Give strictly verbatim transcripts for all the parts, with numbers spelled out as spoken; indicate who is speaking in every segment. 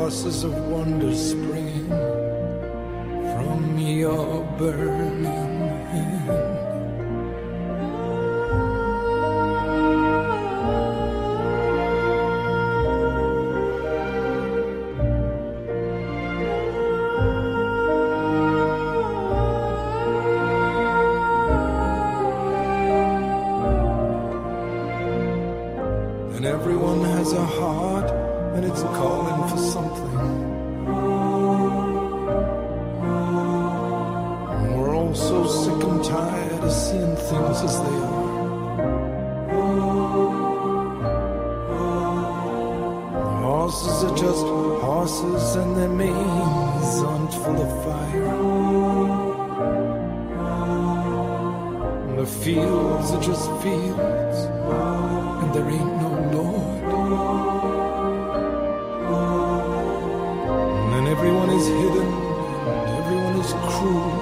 Speaker 1: forces of wonder springing from your burning hand. And everyone has a heart and it's calling for something. And we're all so sick and tired of seeing things as they are. The horses are just horses and their manes aren't full of fire. And the fields are just fields and there ain't no Lord. And everyone is hidden and everyone is cruel.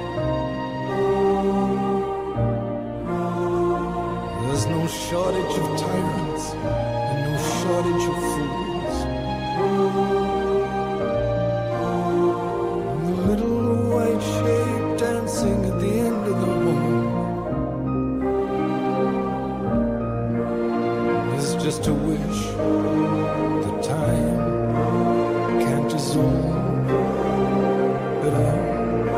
Speaker 1: There's no shortage of tyrants and no shortage of fools. And the little white shape dancing at the end of the hall is just a wish that time can't dissolve at all.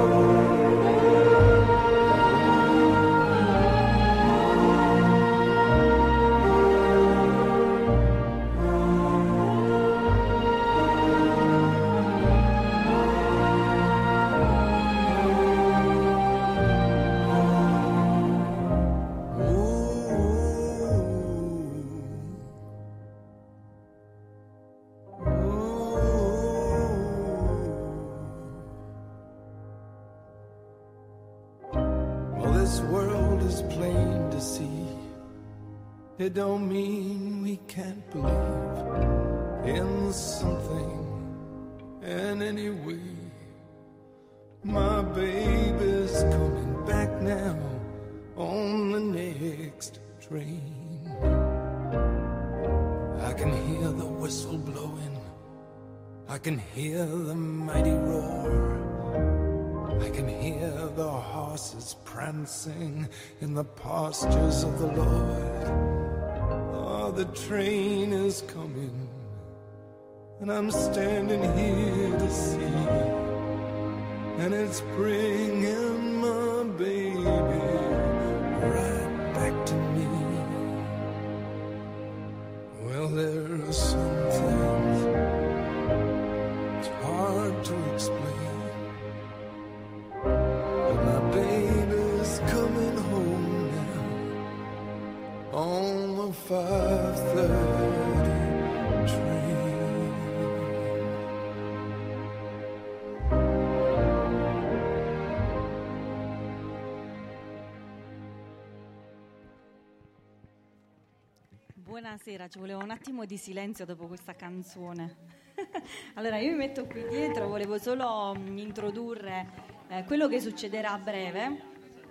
Speaker 1: It don't mean we can't believe in something. And anyway, my baby's coming back now on the next train. I can hear the whistle blowing, I can hear the mighty roar, I can hear the horses prancing in the pastures of the Lord. Oh, the train is coming, and I'm standing here to see, and it's bringing my baby right back to me. Well, there are some things it's hard to explain, but my baby's coming home now on the five thirty train.
Speaker 2: Buonasera, ci voleva un attimo di silenzio dopo questa canzone. Allora io mi metto qui dietro, volevo solo introdurre eh, quello che succederà a breve.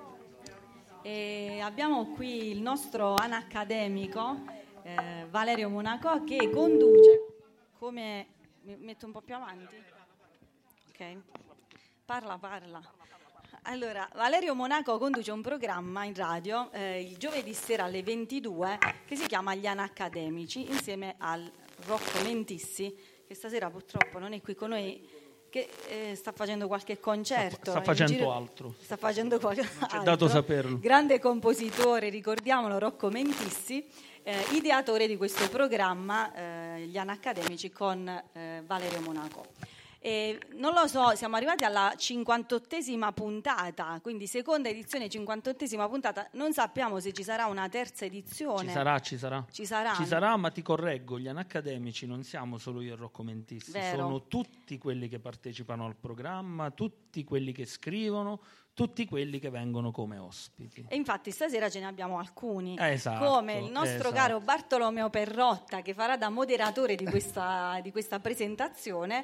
Speaker 2: E abbiamo qui il nostro anacademico eh, Valerio Monaco che conduce, come mi metto un po' più avanti? Ok, parla parla. Allora, Valerio Monaco conduce un programma in radio eh, il giovedì sera alle ventidue che si chiama Gli Anacademici, insieme al Rocco Mentissi, che stasera purtroppo non è qui con noi, che eh, sta facendo qualche concerto.
Speaker 3: Sta facendo
Speaker 2: giro,
Speaker 3: altro.
Speaker 2: Sta facendo qualche
Speaker 3: C'è
Speaker 2: altro.
Speaker 3: dato saperlo.
Speaker 2: Grande compositore, ricordiamolo, Rocco Mentissi, eh, ideatore di questo programma, eh, Gli Anacademici, con eh, Valerio Monaco. E non lo so, siamo arrivati alla cinquantottesima puntata, quindi seconda edizione, cinquantottesima puntata. Non sappiamo se ci sarà una terza edizione.
Speaker 3: Ci sarà, ci sarà.
Speaker 2: Ci sarà,
Speaker 3: ci sarà, ma ti correggo, gli Anacademici non siamo solo io e Rocco Mentissi,
Speaker 2: Vero.
Speaker 3: Sono tutti quelli che partecipano al programma, tutti quelli che scrivono, tutti quelli che vengono come ospiti.
Speaker 2: E infatti stasera ce ne abbiamo alcuni,
Speaker 3: esatto,
Speaker 2: come il nostro
Speaker 3: esatto.
Speaker 2: caro Bartolomeo Perrotta, che farà da moderatore di questa, di questa presentazione.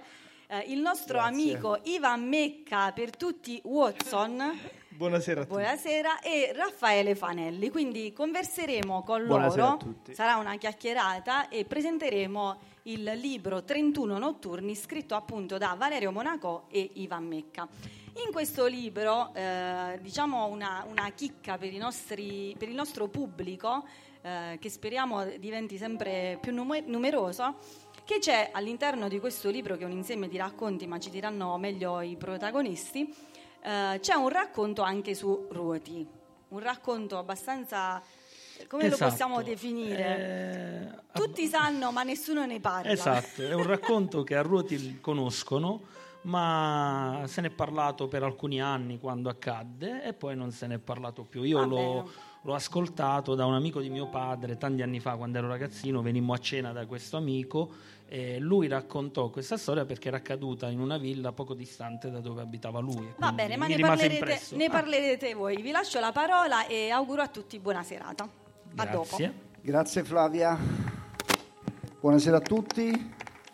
Speaker 2: eh, il nostro
Speaker 4: Grazie.
Speaker 2: amico Ivan Mecca, per tutti Watson.
Speaker 4: Buonasera a tutti.
Speaker 2: Buonasera, e Raffaele Fanelli. Quindi converseremo con
Speaker 4: Buonasera
Speaker 2: loro,
Speaker 4: a tutti.
Speaker 2: sarà una chiacchierata e presenteremo il libro trentuno notturni, scritto appunto da Valerio Monaco e Ivan Mecca. In questo libro, eh, diciamo una, una chicca per, i nostri, per il nostro pubblico, eh, che speriamo diventi sempre più numer- numeroso, che c'è all'interno di questo libro, che è un insieme di racconti, ma ci diranno meglio i protagonisti. Uh, c'è un racconto anche su ruoti, un racconto abbastanza, come
Speaker 3: esatto.
Speaker 2: lo possiamo definire?
Speaker 3: Eh,
Speaker 2: Tutti sanno ma nessuno ne parla.
Speaker 3: Esatto, è un racconto che a ruoti conoscono, ma se ne è parlato per alcuni anni quando accadde e poi non se ne è parlato più. Io
Speaker 2: Ah,
Speaker 3: l'ho, l'ho ascoltato da un amico di mio padre tanti anni fa, quando ero ragazzino, venimmo a cena da questo amico e lui raccontò questa storia perché era accaduta in una villa poco distante da dove abitava lui.
Speaker 2: Va bene, ma
Speaker 3: mi
Speaker 2: ne
Speaker 3: rimase
Speaker 2: parlerete,
Speaker 3: impresso.
Speaker 2: ne
Speaker 3: Ah,
Speaker 2: parlerete voi. Vi lascio la parola e auguro a tutti buona serata. A dopo.
Speaker 3: grazie.
Speaker 4: Grazie Flavia. Buonasera a tutti.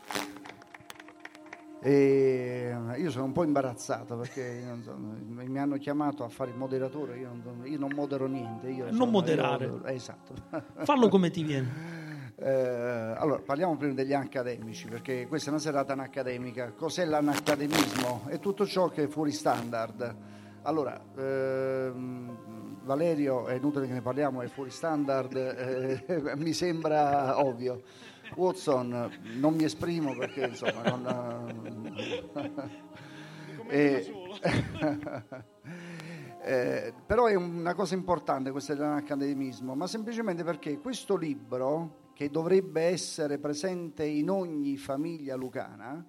Speaker 4: E io sono un po' imbarazzato perché non so, mi hanno chiamato a fare il moderatore, io non, io non modero niente. Io
Speaker 3: Non
Speaker 4: sono-
Speaker 3: moderare.
Speaker 4: io- esatto.
Speaker 3: Fallo come ti viene.
Speaker 4: Eh, allora, parliamo prima degli accademici, perché questa è una serata anacademica. Cos'è l'anacademismo? È tutto ciò che è fuori standard. Allora, ehm, Valerio, è inutile che ne parliamo, è fuori standard, eh, mi sembra ovvio. Watson, non mi esprimo perché insomma non... eh, eh, però è una cosa importante questa dell'anacademismo, ma semplicemente perché questo libro, che dovrebbe essere presente in ogni famiglia lucana,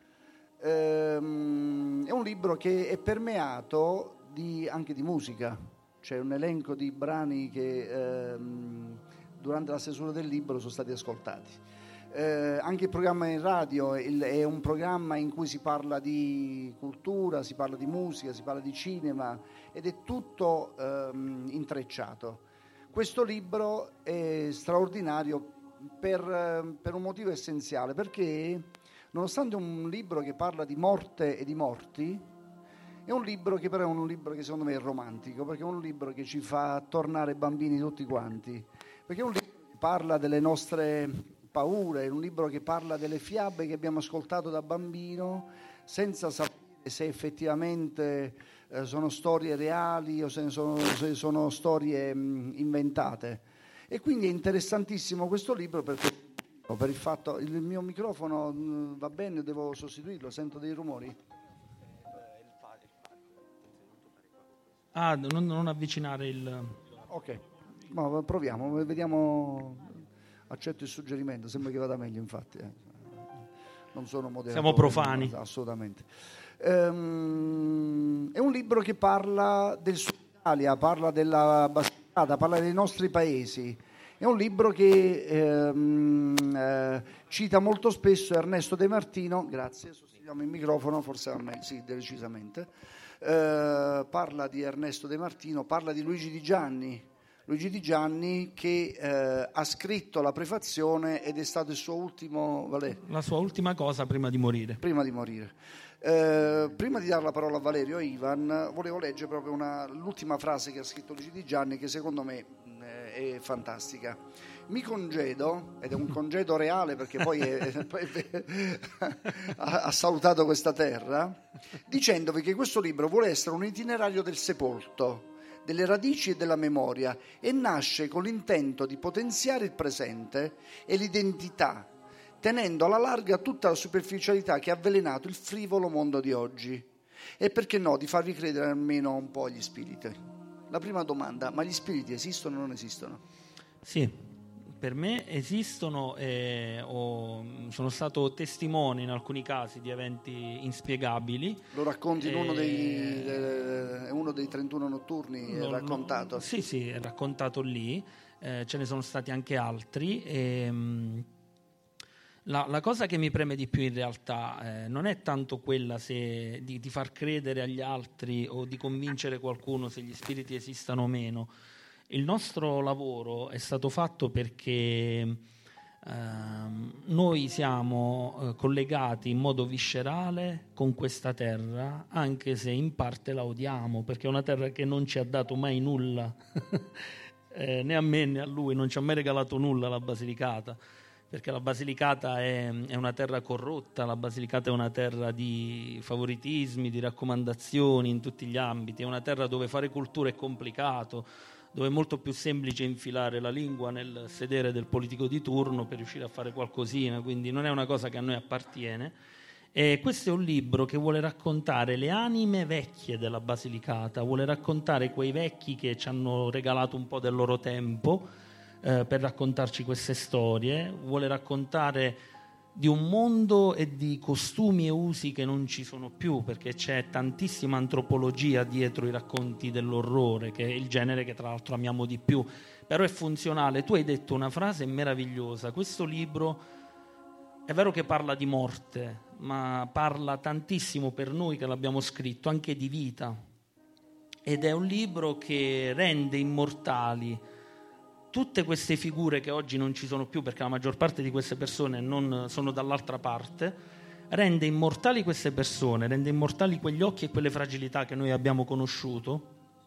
Speaker 4: ehm, è un libro che è permeato di, anche di musica. C'è un elenco di brani che ehm, durante la stesura del libro sono stati ascoltati. Eh, anche il programma in radio il, è un programma in cui si parla di cultura, si parla di musica, si parla di cinema ed è tutto ehm, intrecciato. Questo libro è straordinario per, per un motivo essenziale, perché nonostante un libro che parla di morte e di morti, è un libro che però è un libro che secondo me è romantico, perché è un libro che ci fa tornare bambini tutti quanti, perché è un libro che parla delle nostre paure, è un libro che parla delle fiabe che abbiamo ascoltato da bambino senza sapere se effettivamente eh, sono storie reali o se sono, se sono storie mh, inventate. E quindi è interessantissimo questo libro perché, per il fatto, il mio microfono mh, va bene, devo sostituirlo, sento dei rumori.
Speaker 3: Ah, non, non avvicinare il...
Speaker 4: Ok, ma proviamo, vediamo, accetto il suggerimento, sembra che vada meglio infatti. Eh. Non sono moderatore.
Speaker 3: Siamo profani.
Speaker 4: No, assolutamente. Ehm, è un libro che parla del Sud Italia, parla della Basilicata, parla dei nostri paesi. È un libro che ehm, eh, cita molto spesso Ernesto De Martino, grazie, sostituiamo il microfono, forse va meglio, sì, decisamente. Eh, parla di Ernesto De Martino, parla di Luigi Di Gianni, Luigi Di Gianni che eh, ha scritto la prefazione ed è stato il suo ultimo, Valerio,
Speaker 3: la sua ultima cosa prima di morire.
Speaker 4: prima di morire. Eh, prima di dare la parola a Valerio e Ivan, volevo leggere proprio una, l'ultima frase che ha scritto Luigi Di Gianni, che secondo me eh, è fantastica. Mi congedo, ed è un congedo reale perché poi, è, poi è, ha, ha salutato questa terra, dicendovi che questo libro vuole essere un itinerario del sepolto, delle radici e della memoria, e nasce con l'intento di potenziare il presente e l'identità, tenendo alla larga tutta la superficialità che ha avvelenato il frivolo mondo di oggi, e perché no, di farvi credere almeno un po' agli spiriti. La prima domanda: ma gli spiriti esistono o non esistono?
Speaker 3: Sì, per me esistono, eh, o sono stato testimone in alcuni casi di eventi inspiegabili.
Speaker 4: Lo racconti in
Speaker 3: Eh,
Speaker 4: uno dei, eh, uno dei trentuno notturni, è
Speaker 3: Lo-
Speaker 4: raccontato.
Speaker 3: lo- sì, sì, è raccontato lì, eh, ce ne sono stati anche altri. E, mh, la, la cosa che mi preme di più in realtà eh, non è tanto quella se, di, di far credere agli altri o di convincere qualcuno se gli spiriti esistano o meno. Il nostro lavoro è stato fatto perché Uh, noi siamo uh, collegati in modo viscerale con questa terra, anche se in parte la odiamo, perché è una terra che non ci ha dato mai nulla, eh, né a me né a lui, non ci ha mai regalato nulla la Basilicata, perché la Basilicata è, è una terra corrotta, la Basilicata è una terra di favoritismi, di raccomandazioni in tutti gli ambiti, è una terra dove fare cultura è complicato, dove è molto più semplice infilare la lingua nel sedere del politico di turno per riuscire a fare qualcosina, quindi non è una cosa che a noi appartiene. E questo è un libro che vuole raccontare le anime vecchie della Basilicata, vuole raccontare quei vecchi che ci hanno regalato un po' del loro tempo eh, per raccontarci queste storie, vuole raccontare di un mondo e di costumi e usi che non ci sono più, perché c'è tantissima antropologia dietro i racconti dell'orrore, che è il genere che tra l'altro amiamo di più, però è funzionale. Tu hai detto una frase meravigliosa: questo libro è vero che parla di morte, ma parla tantissimo, per noi che l'abbiamo scritto, anche di vita, ed è un libro che rende immortali tutte queste figure che oggi non ci sono più, perché la maggior parte di queste persone non sono dall'altra parte, rende immortali queste persone, rende immortali quegli occhi e quelle fragilità che noi abbiamo conosciuto,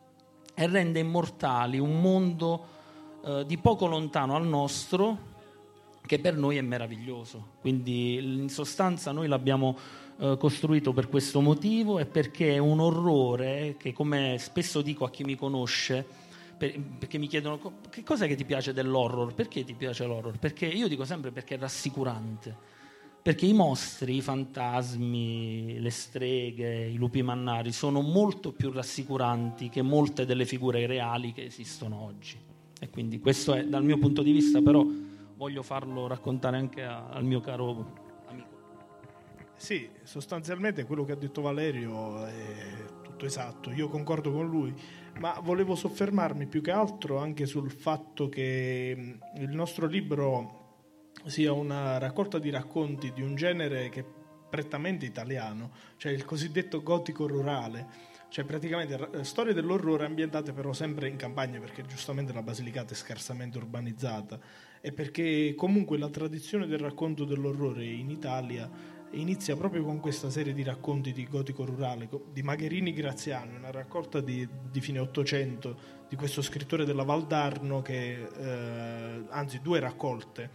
Speaker 3: e rende immortali un mondo eh, di poco lontano al nostro, che per noi è meraviglioso. Quindi in sostanza noi l'abbiamo eh, costruito per questo motivo, e perché è un orrore che, come spesso dico a chi mi conosce, perché mi chiedono che cos'è che ti piace dell'horror, perché ti piace l'horror? Perché io dico sempre perché è rassicurante, perché i mostri, i fantasmi, le streghe, i lupi mannari sono molto più rassicuranti che molte delle figure reali che esistono oggi, e quindi questo è dal mio punto di vista, però voglio farlo raccontare anche a, al mio caro amico.
Speaker 5: Sì, sostanzialmente quello che ha detto Valerio è tutto esatto, io concordo con lui, ma volevo soffermarmi più che altro anche sul fatto che il nostro libro sia una raccolta di racconti di un genere che è prettamente italiano, cioè il cosiddetto gotico rurale, cioè praticamente storie dell'orrore ambientate però sempre in campagna, perché giustamente la Basilicata è scarsamente urbanizzata, e perché comunque la tradizione del racconto dell'orrore in Italia inizia proprio con questa serie di racconti di gotico rurale di Magherini Graziano, una raccolta di, di fine Ottocento di questo scrittore della Valdarno, che eh, anzi due raccolte,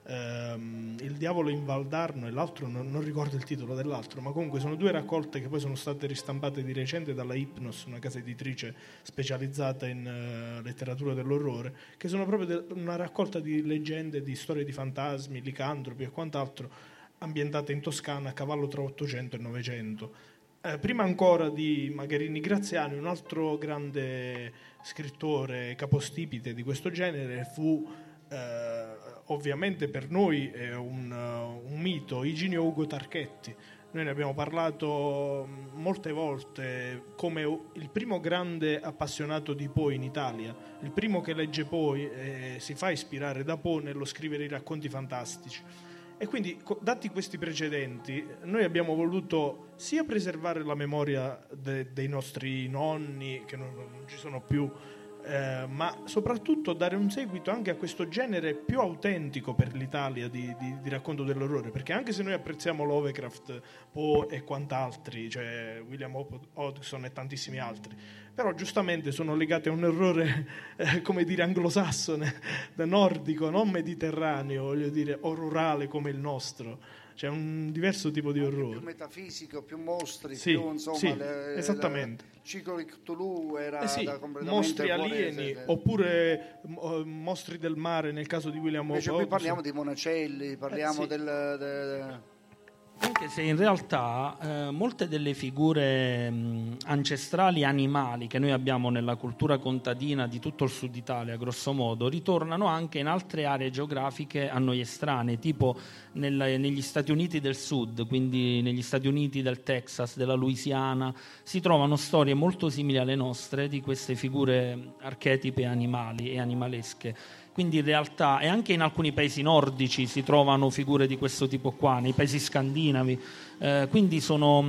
Speaker 5: ehm, Il diavolo in Valdarno e l'altro non, non ricordo il titolo dell'altro, ma comunque sono due raccolte che poi sono state ristampate di recente dalla Hypnos, una casa editrice specializzata in uh, letteratura dell'orrore, che sono proprio de- una raccolta di leggende, di storie di fantasmi, licantropi e quant'altro, ambientate in Toscana a cavallo tra Ottocento e Novecento. Eh, prima ancora di Magherini Graziani, un altro grande scrittore capostipite di questo genere fu eh, ovviamente per noi è un, uh, un mito, Iginio Ugo Tarchetti. Noi ne abbiamo parlato molte volte come il primo grande appassionato di Poe in Italia, il primo che legge Poe e si fa ispirare da Poe nello scrivere i racconti fantastici. E quindi, dati questi precedenti, noi abbiamo voluto sia preservare la memoria de- dei nostri nonni, che non, non ci sono più, eh, ma soprattutto dare un seguito anche a questo genere più autentico per l'Italia di, di, di racconto dell'orrore, perché anche se noi apprezziamo Lovecraft, Poe e quant'altri, cioè William Hodgson e tantissimi altri, però giustamente sono legati a un orrore eh, come dire anglosassone, nordico, non mediterraneo, voglio dire, o rurale come il nostro. C'è un diverso tipo di orrore,
Speaker 4: più metafisico, più mostri,
Speaker 5: sì,
Speaker 4: più insomma
Speaker 5: sì,
Speaker 4: le,
Speaker 5: esattamente.
Speaker 4: Il ciclo di Cthulhu era
Speaker 5: eh sì,
Speaker 4: da completamente
Speaker 5: mostri alieni
Speaker 4: buonese,
Speaker 5: oppure uh, mostri del mare nel caso di William Hodgson.
Speaker 4: Invece qui parliamo di monacelli, parliamo
Speaker 5: eh, sì.
Speaker 4: del, del
Speaker 3: Anche se in realtà eh, molte delle figure mh, ancestrali animali che noi abbiamo nella cultura contadina di tutto il sud Italia, grosso modo, ritornano anche in altre aree geografiche a noi estranee, tipo nel, negli Stati Uniti del Sud, quindi negli Stati Uniti del Texas, della Louisiana, si trovano storie molto simili alle nostre di queste figure archetipe animali e animalesche. Quindi in realtà, e anche in alcuni paesi nordici si trovano figure di questo tipo qua, nei paesi scandinavi, eh, quindi sono,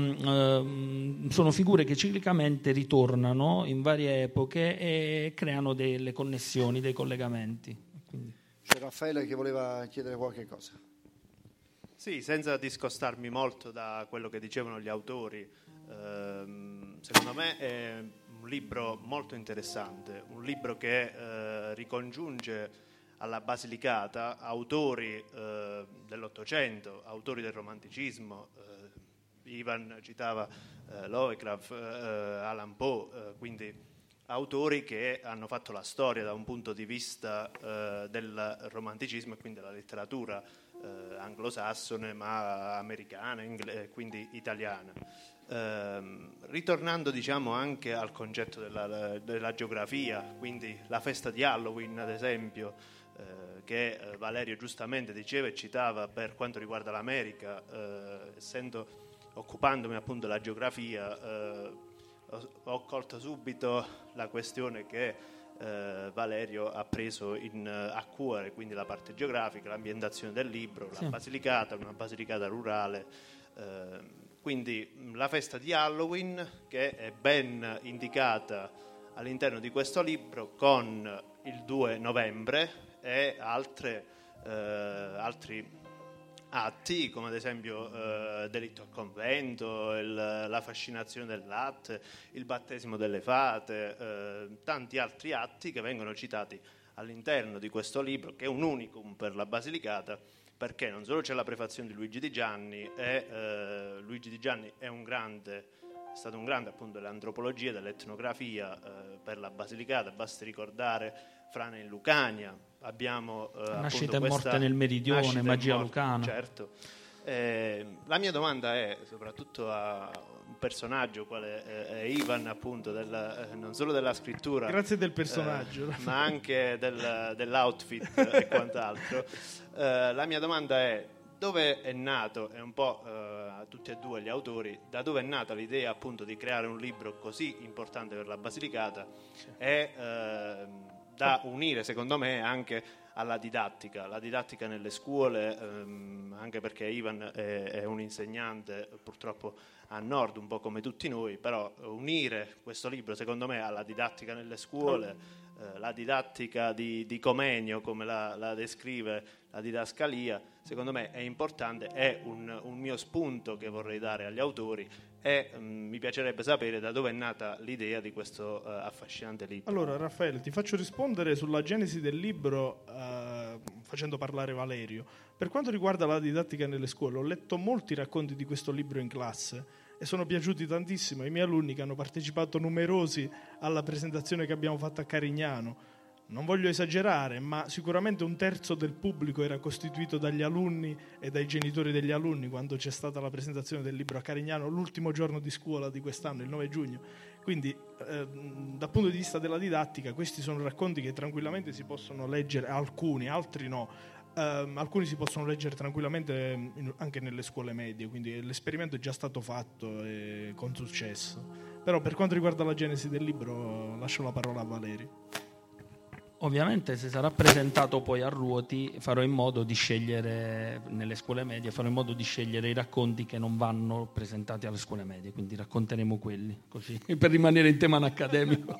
Speaker 3: eh, sono figure che ciclicamente ritornano in varie epoche e creano delle connessioni, dei collegamenti. Quindi.
Speaker 4: C'è Raffaele che voleva chiedere qualche cosa.
Speaker 6: Sì, senza discostarmi molto da quello che dicevano gli autori, ehm, secondo me è un libro molto interessante, un libro che eh, ricongiunge alla Basilicata autori eh, dell'Ottocento, autori del Romanticismo, eh, Ivan citava eh, Lovecraft, eh, Allan Poe, eh, quindi autori che hanno fatto la storia da un punto di vista eh, del romanticismo e quindi della letteratura eh, anglosassone ma americana, ingle- quindi italiana. Eh, ritornando diciamo anche al concetto della, della geografia, quindi la festa di Halloween ad esempio, eh, che eh, Valerio giustamente diceva e citava per quanto riguarda l'America, eh, essendo occupandomi appunto della geografia, eh, ho, ho colto subito la questione che eh, Valerio ha preso in, a cuore, quindi la parte geografica, l'ambientazione del libro, sì. La Basilicata, una Basilicata rurale, eh, quindi la festa di Halloween che è ben indicata all'interno di questo libro con il due novembre e altre, eh, altri atti come ad esempio eh, delitto al convento, il, la fascinazione del latte, il battesimo delle fate, eh, tanti altri atti che vengono citati all'interno di questo libro, che è un unicum per la Basilicata, perché non solo c'è la prefazione di Luigi Di Gianni, e eh, Luigi Di Gianni è un grande, è stato un grande appunto dell'antropologia, dell'etnografia eh, per la Basilicata. Basti ricordare Frane in Lucania, abbiamo eh,
Speaker 3: nascita e morte nel meridione, magia morte, lucana.
Speaker 6: Certo. Eh, la mia domanda è soprattutto a un personaggio quale è, è Ivan, appunto, del, eh, non solo della scrittura,
Speaker 5: grazie del personaggio,
Speaker 6: eh, ma anche del, dell'outfit e quant'altro. Eh, la mia domanda è: dove è nato, e un po' eh, a tutti e due gli autori, da dove è nata l'idea appunto di creare un libro così importante per la Basilicata e eh, da unire secondo me anche alla didattica, la didattica nelle scuole, ehm, anche perché Ivan è, è un insegnante purtroppo a nord, un po' come tutti noi, però unire questo libro secondo me alla didattica nelle scuole, eh, la didattica di, di Comenio come la, la descrive la didascalia, secondo me è importante, è un, un mio spunto che vorrei dare agli autori e um, mi piacerebbe sapere da dove è nata l'idea di questo uh, affascinante libro.
Speaker 5: Allora Raffaele, ti faccio rispondere sulla genesi del libro uh, facendo parlare Valerio. Per quanto riguarda la didattica nelle scuole, ho letto molti racconti di questo libro in classe e sono piaciuti tantissimo ai miei alunni, che hanno partecipato numerosi alla presentazione che abbiamo fatto a Carignano. Non voglio esagerare, ma sicuramente un terzo del pubblico era costituito dagli alunni e dai genitori degli alunni quando c'è stata la presentazione del libro a Carignano, l'ultimo giorno di scuola di quest'anno, il nove giugno. Quindi eh, dal punto di vista della didattica questi sono racconti che tranquillamente si possono leggere, alcuni, altri no, eh, alcuni si possono leggere tranquillamente in, anche nelle scuole medie, quindi l'esperimento è già stato fatto e con successo. Però per quanto riguarda la genesi del libro lascio la parola a Valerio.
Speaker 3: Ovviamente se sarà presentato poi a Ruoti farò in modo di scegliere, nelle scuole medie, farò in modo di scegliere i racconti che non vanno presentati alle scuole medie, quindi racconteremo quelli, così, per rimanere in tema accademico.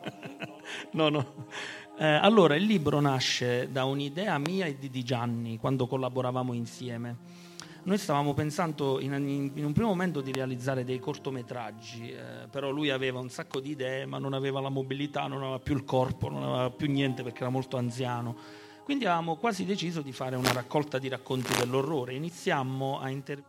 Speaker 3: No, no. Eh, allora, il libro nasce da un'idea mia e di Di Gianni, quando collaboravamo insieme. Noi stavamo pensando in, in, in un primo momento di realizzare dei cortometraggi, eh, però lui aveva un sacco di idee, ma non aveva la mobilità, non aveva più il corpo, non aveva più niente perché era molto anziano. Quindi avevamo quasi deciso di fare una raccolta di racconti dell'orrore. Iniziammo a inter...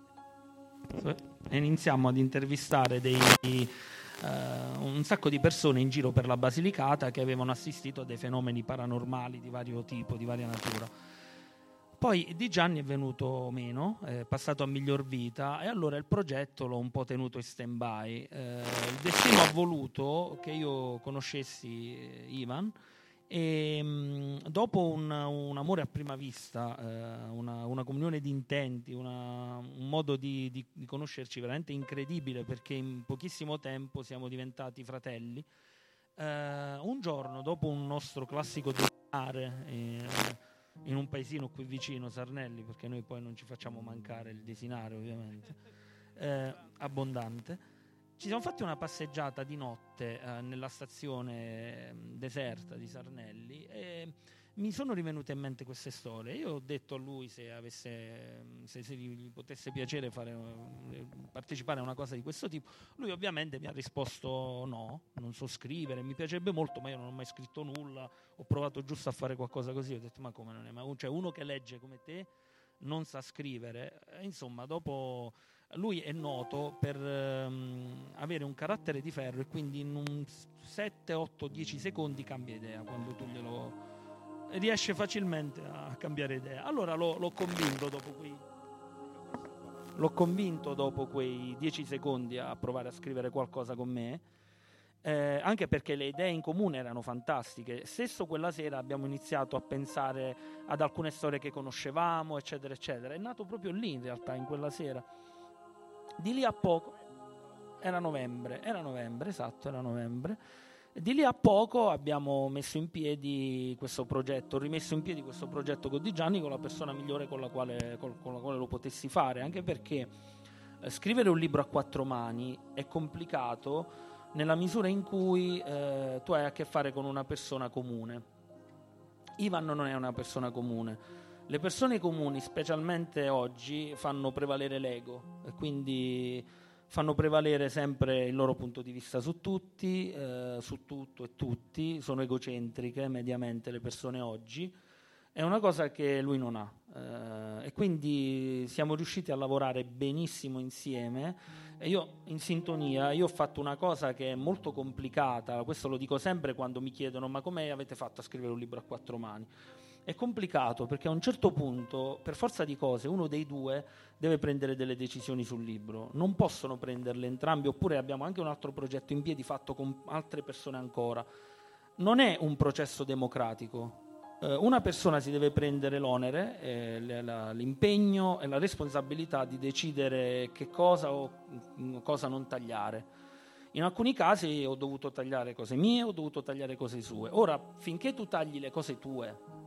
Speaker 3: iniziamo ad intervistare dei, uh, un sacco di persone in giro per la Basilicata che avevano assistito a dei fenomeni paranormali di vario tipo, di varia natura. Poi Di Gianni è venuto meno, è passato a miglior vita e allora il progetto l'ho un po' tenuto in stand-by. Eh, il destino ha voluto che io conoscessi Ivan e mh, dopo un, un amore a prima vista, eh, una, una comunione di intenti, una, un modo di, di, di conoscerci veramente incredibile, perché in pochissimo tempo siamo diventati fratelli. Eh, un giorno, dopo un nostro classico desinare, eh, in un paesino qui vicino, Sarnelli, perché noi poi non ci facciamo mancare il desinare ovviamente, eh, abbondante, ci siamo fatti una passeggiata di notte eh, nella stazione deserta di Sarnelli e mi sono rivenute in mente queste storie. Io ho detto a lui se avesse, se, se gli potesse piacere fare, partecipare a una cosa di questo tipo. Lui ovviamente mi ha risposto no, non so scrivere, mi piacerebbe molto, ma io non ho mai scritto nulla, ho provato giusto a fare qualcosa così. Ho detto ma come non è? Ma cioè, uno che legge come te non sa scrivere? E, insomma, dopo lui è noto per um, avere un carattere di ferro, e quindi in un sette, otto, dieci secondi cambia idea quando tu glielo riesce facilmente a cambiare idea. Allora l'ho, l'ho convinto dopo quei l'ho convinto dopo quei dieci secondi a provare a scrivere qualcosa con me, eh, anche perché le idee in comune erano fantastiche. Stesso quella sera abbiamo iniziato a pensare ad alcune storie che conoscevamo, eccetera eccetera. È nato proprio lì, in realtà, in quella sera. Di lì a poco era novembre, era novembre, esatto, era novembre. Di lì a poco abbiamo messo in piedi questo progetto, rimesso in piedi questo progetto con Di Gianni, con la persona migliore con la quale, con, con la quale lo potessi fare, anche perché eh, scrivere un libro a quattro mani è complicato nella misura in cui eh, tu hai a che fare con una persona comune. Ivan non è una persona comune. Le persone comuni, specialmente oggi, fanno prevalere l'ego, e quindi fanno prevalere sempre il loro punto di vista su tutti, eh, su tutto e tutti. Sono egocentriche mediamente le persone oggi, è una cosa che lui non ha, eh, e quindi siamo riusciti a lavorare benissimo insieme, e io in sintonia. Io ho fatto una cosa che è molto complicata, questo lo dico sempre quando mi chiedono ma come avete fatto a scrivere un libro a quattro mani. È complicato perché a un certo punto, per forza di cose, uno dei due deve prendere delle decisioni sul libro. Non possono prenderle entrambi, oppure abbiamo anche un altro progetto in piedi fatto con altre persone ancora. Non è un processo democratico. Eh, una persona si deve prendere l'onere, eh, l'impegno e la responsabilità di decidere che cosa o cosa non tagliare. In alcuni casi ho dovuto tagliare cose mie, ho dovuto tagliare cose sue. Ora, finché tu tagli le cose tue,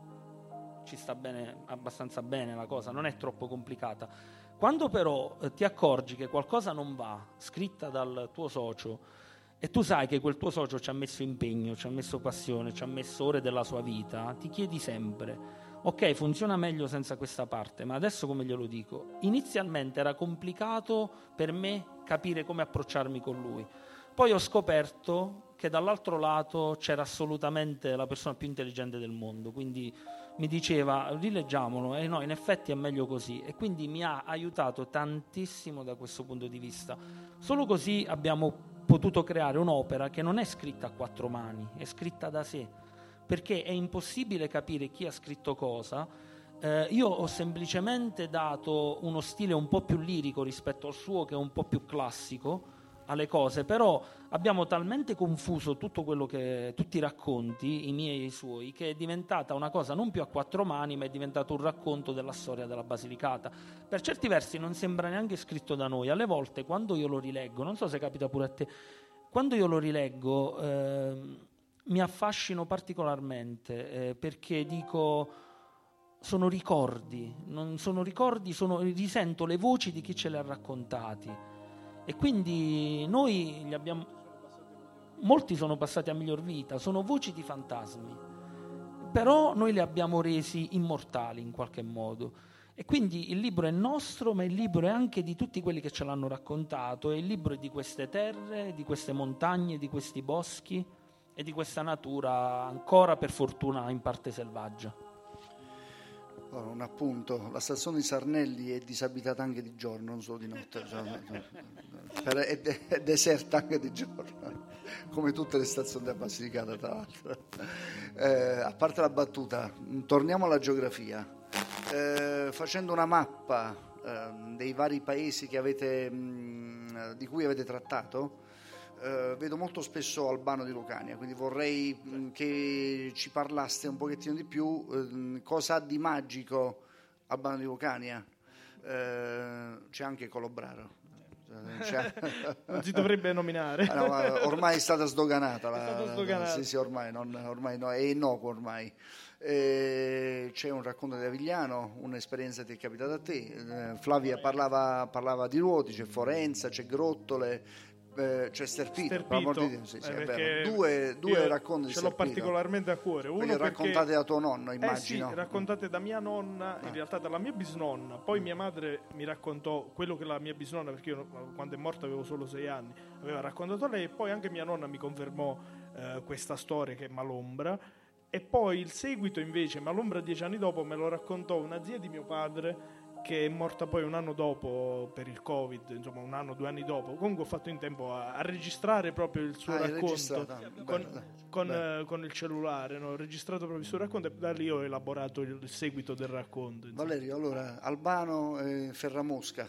Speaker 3: ci sta bene, abbastanza bene la cosa, non è troppo complicata. Quando però eh, ti accorgi che qualcosa non va, scritta dal tuo socio, e tu sai che quel tuo socio ci ha messo impegno, ci ha messo passione, ci ha messo ore della sua vita, ti chiedi sempre, ok, funziona meglio senza questa parte, ma adesso come glielo dico? Inizialmente era complicato per me capire come approcciarmi con lui. Poi ho scoperto che dall'altro lato c'era assolutamente la persona più intelligente del mondo, quindi mi diceva rileggiamolo, e no, in effetti è meglio così, e quindi mi ha aiutato tantissimo da questo punto di vista. Solo così abbiamo potuto creare un'opera che non è scritta a quattro mani, è scritta da sé, perché è impossibile capire chi ha scritto cosa. Eh, io ho semplicemente dato uno stile un po' più lirico rispetto al suo, che è un po' più classico alle cose, però abbiamo talmente confuso tutto quello che, tutti i racconti, i miei e i suoi, che è diventata una cosa non più a quattro mani, ma è diventato un racconto della storia della Basilicata. Per certi versi non sembra neanche scritto da noi. Alle volte quando io lo rileggo, non so se capita pure a te, quando io lo rileggo eh, mi affascino particolarmente, eh, perché dico sono ricordi, non sono ricordi, sono, risento le voci di chi ce li ha raccontati. E quindi noi li abbiamo, molti sono passati a miglior vita, sono voci di fantasmi, però noi li abbiamo resi immortali in qualche modo. E quindi il libro è nostro, ma il libro è anche di tutti quelli che ce l'hanno raccontato, e il libro è di queste terre, di queste montagne, di questi boschi e di questa natura ancora per fortuna in parte selvaggia.
Speaker 4: Un appunto, la stazione di Sarnelli è disabitata anche di giorno, non solo di notte, cioè, è, de- è deserta anche di giorno, come tutte le stazioni della Basilicata, tra l'altro. Eh, a parte la battuta, torniamo alla geografia. Eh, facendo una mappa eh, dei vari paesi che avete, mh, di cui avete trattato, Uh, vedo molto spesso Albano di Lucania, quindi vorrei mh, che ci parlaste un pochettino di più uh, cosa ha di magico Albano di Lucania. Uh, c'è anche Colobraro. C'è...
Speaker 5: non si dovrebbe nominare.
Speaker 4: Ah, no, ormai è stata sdoganata, la,
Speaker 5: è stata sdoganata.
Speaker 4: Sì, sì, ormai, non, ormai no, è innocuo ormai. Eh, c'è un racconto di Avigliano, un'esperienza che ti è capitata a te. eh, Flavia parlava, parlava di Ruoti, c'è Forenza, c'è Grottole. Eh, cioè Sterpito,
Speaker 5: Sterpito,
Speaker 4: per amor di Dio, sì, sì,
Speaker 5: eh,
Speaker 4: è
Speaker 5: perché
Speaker 4: vero. Due, due racconti di
Speaker 5: ce l'ho
Speaker 4: Sterpito.
Speaker 5: particolarmente a cuore. Uno
Speaker 4: perché
Speaker 5: perché
Speaker 4: raccontate da tuo nonno,
Speaker 5: eh
Speaker 4: immagino.
Speaker 5: sì, raccontate da mia nonna, in
Speaker 4: Ah.
Speaker 5: realtà dalla mia bisnonna. Poi mia madre mi raccontò quello che la mia bisnonna, perché io quando è morta avevo solo sei anni, aveva raccontato a lei, e poi anche mia nonna mi confermò eh, questa storia che è Malombra. E poi il seguito invece, Malombra dieci anni dopo, me lo raccontò una zia di mio padre, che è morta poi un anno dopo per il Covid, insomma un anno, due anni dopo. Comunque ho fatto in tempo a, a registrare proprio il suo
Speaker 4: Ah, hai
Speaker 5: racconto
Speaker 4: registrato?
Speaker 5: con,
Speaker 4: Bello,
Speaker 5: con,
Speaker 4: bello.
Speaker 5: eh, con il cellulare, no? Ho registrato proprio il suo racconto e da lì ho elaborato il seguito del racconto. insomma.
Speaker 4: Valerio, allora Albano e Ferramosca.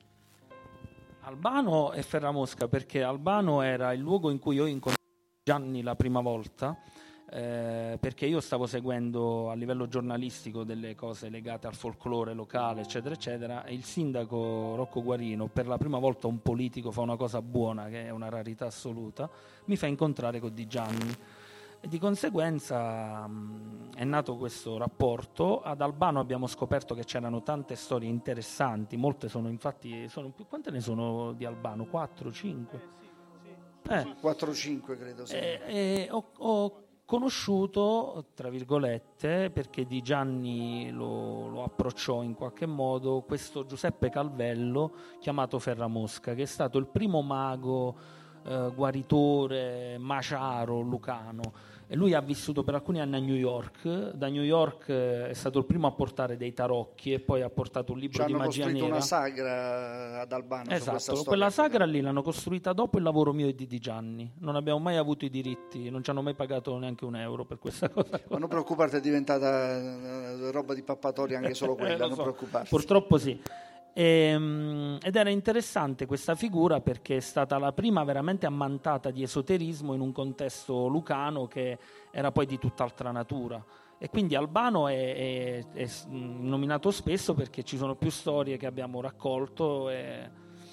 Speaker 3: Albano e Ferramosca, perché Albano era il luogo in cui io incontrai Gianni la prima volta, eh, perché io stavo seguendo a livello giornalistico delle cose legate al folklore locale, eccetera, eccetera, e il sindaco Rocco Guarino, per la prima volta un politico fa una cosa buona, che è una rarità assoluta, mi fa incontrare con Di Gianni. E di conseguenza mh, è nato questo rapporto. Ad Albano abbiamo scoperto che c'erano tante storie interessanti, molte sono infatti, sono più, quante ne sono di Albano? quattro, cinque? Eh,
Speaker 4: quattro cinque credo, sì.
Speaker 3: e, e ho, ho conosciuto, tra virgolette, perché Di Gianni lo, lo approcciò in qualche modo, questo Giuseppe Calvello chiamato Ferramosca, che è stato il primo mago Eh, guaritore, maciaro, lucano, e lui ha vissuto per alcuni anni a New York. Da New York eh, è stato il primo a portare dei tarocchi e poi ha portato un libro
Speaker 4: Ci
Speaker 3: di
Speaker 4: hanno
Speaker 3: magia
Speaker 4: costruito
Speaker 3: nera.
Speaker 4: una sagra ad Albano su questa
Speaker 3: Esatto,
Speaker 4: storia.
Speaker 3: quella sagra lì l'hanno costruita dopo il lavoro mio e di Di Gianni. Non abbiamo mai avuto i diritti, non ci hanno mai pagato neanche un euro per questa cosa.
Speaker 4: Ma non preoccuparti, è diventata eh, roba di pappatoria anche solo quella,
Speaker 3: Eh, lo
Speaker 4: non
Speaker 3: so.
Speaker 4: preoccuparti.
Speaker 3: Purtroppo sì. Ehm, ed era interessante questa figura perché è stata la prima veramente ammantata di esoterismo in un contesto lucano che era poi di tutt'altra natura. E quindi Albano è, è, è nominato spesso perché ci sono più storie che abbiamo raccolto e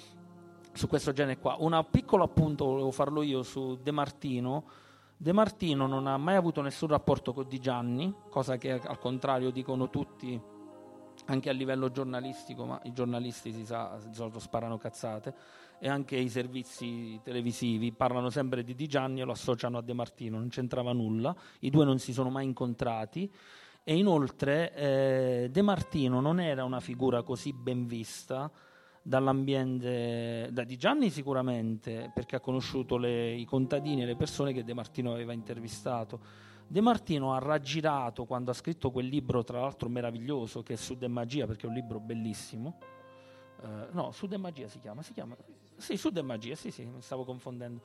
Speaker 3: su questo genere qua. Un piccolo appunto volevo farlo io su De Martino. De Martino non ha mai avuto nessun rapporto con Di Gianni, cosa che al contrario dicono tutti anche a livello giornalistico, ma i giornalisti si sa, di solito sparano cazzate, e anche i servizi televisivi parlano sempre di Di Gianni e lo associano a De Martino, non c'entrava nulla, i due non si sono mai incontrati. E inoltre eh, De Martino non era una figura così ben vista dall'ambiente, da Di Gianni sicuramente, perché ha conosciuto le, i contadini e le persone che De Martino aveva intervistato. De Martino ha raggirato, quando ha scritto quel libro, tra l'altro meraviglioso, che è Sud e Magia, perché è un libro bellissimo. Uh, no, Sud e Magia si chiama, si chiama? Sì, Sud e Magia, sì, sì, mi stavo confondendo.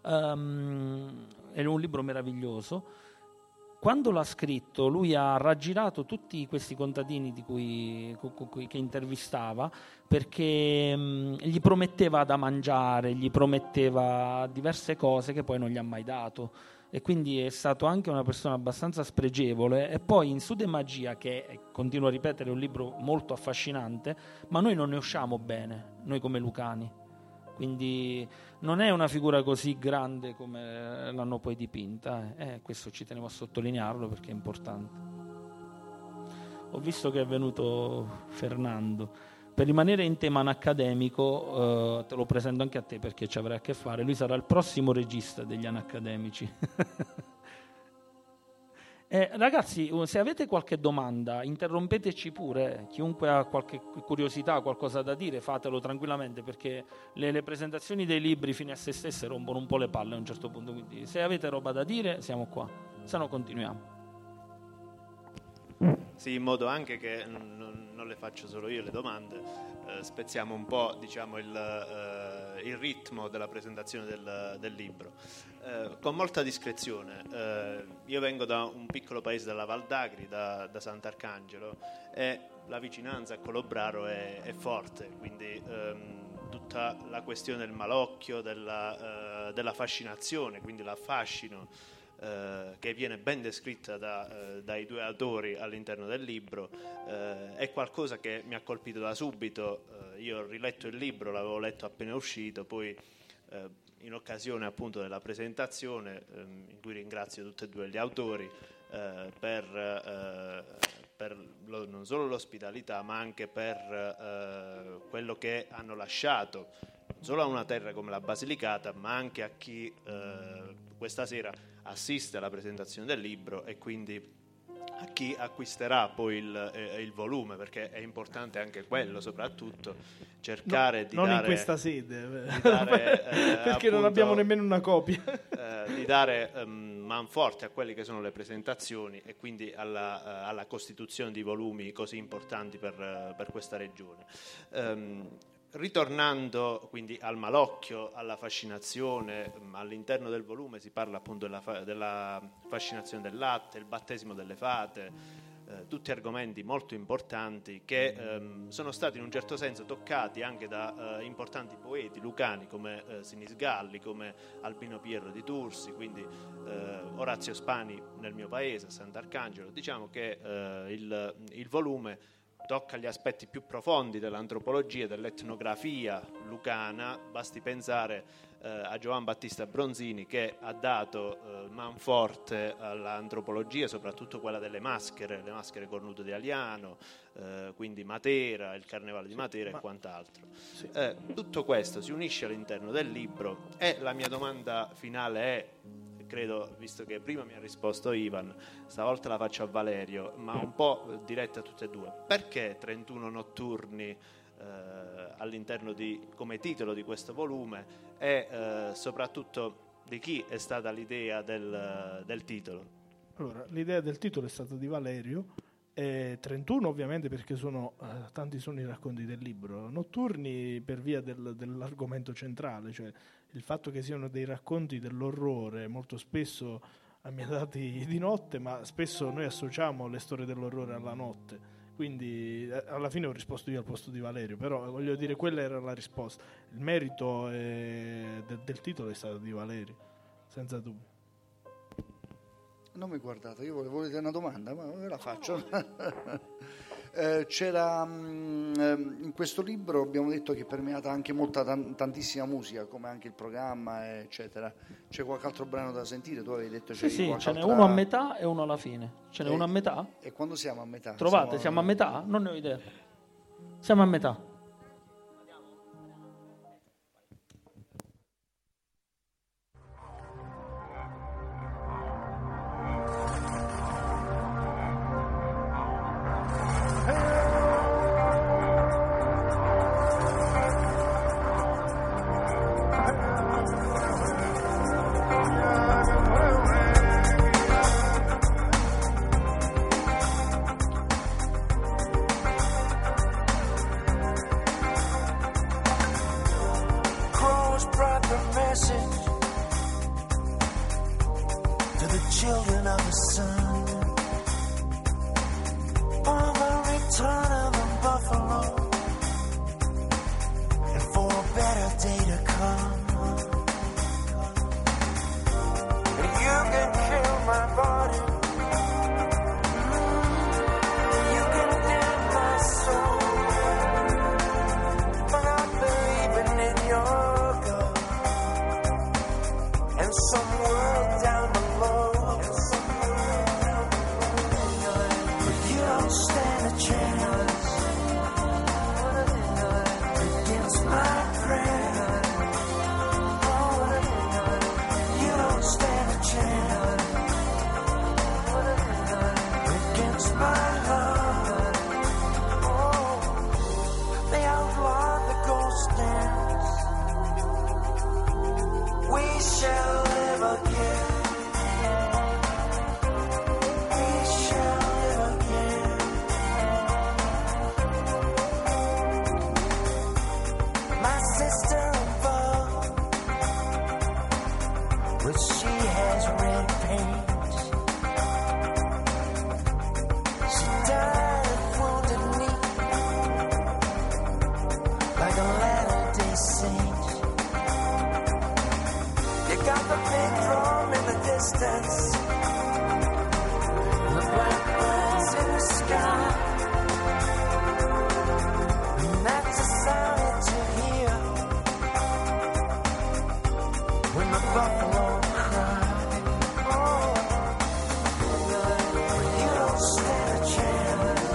Speaker 3: Um, è un libro meraviglioso. Quando l'ha scritto, lui ha raggirato tutti questi contadini di cui, cu, cu, che intervistava, perché um, gli prometteva da mangiare, gli prometteva diverse cose che poi non gli ha mai dato. E quindi è stato anche una persona abbastanza spregevole. E poi in Sud e Magia, che continuo a ripetere è un libro molto affascinante, ma noi non ne usciamo bene, noi come lucani, quindi non è una figura così grande come l'hanno poi dipinta, eh. Eh, questo ci tenevo a sottolinearlo perché è importante. Ho visto che è venuto Fernando. Per rimanere in tema anacademico, eh, te lo presento anche a te perché ci avrai a che fare. Lui sarà il prossimo regista degli anacademici. eh, ragazzi, se avete qualche domanda, interrompeteci pure. Chiunque ha qualche curiosità, qualcosa da dire, fatelo tranquillamente, perché le, le presentazioni dei libri fine a se stesse rompono un po' le palle a un certo punto. Quindi se avete roba da dire, siamo qua. Se no continuiamo.
Speaker 6: Sì, in modo anche che non, non le faccio solo io le domande, eh, spezziamo un po', diciamo, il, eh, il ritmo della presentazione del, del libro. Eh, con molta discrezione, eh, io vengo da un piccolo paese della Val d'Agri, da, da Sant'Arcangelo, e la vicinanza a Colobraro è, è forte, quindi ehm, tutta la questione del malocchio, della, eh, della fascinazione, quindi l'affascino, Uh, che viene ben descritta da, uh, dai due autori all'interno del libro, uh, è qualcosa che mi ha colpito da subito. Uh, io ho riletto il libro, l'avevo letto appena uscito, poi uh, in occasione appunto della presentazione, um, in cui ringrazio tutti e due gli autori uh, per, uh, per lo, non solo l'ospitalità ma anche per uh, quello che hanno lasciato solo a una terra come la Basilicata, ma anche a chi eh, questa sera assiste alla presentazione del libro e quindi a chi acquisterà poi il, eh, il volume, perché è importante anche quello, soprattutto cercare
Speaker 5: no,
Speaker 6: di
Speaker 5: non
Speaker 6: dare,
Speaker 5: in questa sede
Speaker 6: di dare eh,
Speaker 5: perché
Speaker 6: appunto,
Speaker 5: non abbiamo nemmeno una copia
Speaker 6: eh, di dare um, manforte a quelle che sono le presentazioni e quindi alla, uh, alla costituzione di volumi così importanti per, uh, per questa regione. Um, Ritornando quindi al malocchio, alla fascinazione, all'interno del volume si parla appunto della, fa- della fascinazione del latte, il battesimo delle fate, eh, tutti argomenti molto importanti che ehm, sono stati in un certo senso toccati anche da eh, importanti poeti lucani come eh, Sinisgalli, come Albino Pierro di Tursi, quindi eh, Orazio Spani nel mio paese, a Sant'Arcangelo. Diciamo che eh, il, il volume tocca gli aspetti più profondi dell'antropologia, dell'etnografia lucana. Basti pensare eh, a Giovan Battista Bronzini, che ha dato eh, manforte all'antropologia, soprattutto quella delle maschere, le maschere cornuto di Aliano, eh, quindi Matera, il Carnevale di Matera sì, e quant'altro. Sì. Eh, tutto questo si unisce all'interno del libro e la mia domanda finale è, credo, visto che prima mi ha risposto Ivan, stavolta la faccio a Valerio, ma un po' diretta a tutte e due. Perché trentuno notturni eh, all'interno di, come titolo di questo volume, e eh, soprattutto di chi è stata l'idea del, del titolo?
Speaker 5: Allora, l'idea del titolo è stata di Valerio, e trentuno ovviamente perché sono eh, tanti sono i racconti del libro, notturni per via del, dell'argomento centrale, cioè il fatto che siano dei racconti dell'orrore, molto spesso ambientati di notte, ma spesso noi associamo le storie dell'orrore alla notte, quindi eh, alla fine ho risposto io al posto di Valerio, però voglio dire, quella era la risposta. Il merito eh, del, del titolo è stato di Valerio, senza dubbio.
Speaker 4: Non mi guardate, io volevo dire una domanda, ma ve la faccio. eh, c'era mh, in questo libro abbiamo detto che è permeata anche molta tan- tantissima musica, come anche il programma, eccetera. C'è qualche altro brano da sentire? Tu avevi detto c'è
Speaker 3: sì, sì, ce n'è
Speaker 4: altra...
Speaker 3: uno a metà e uno alla fine. Ce n'è
Speaker 4: e,
Speaker 3: uno a metà?
Speaker 4: E quando siamo a metà?
Speaker 3: Trovate,
Speaker 4: siamo,
Speaker 3: siamo a metà? Non ne ho idea. Siamo a metà.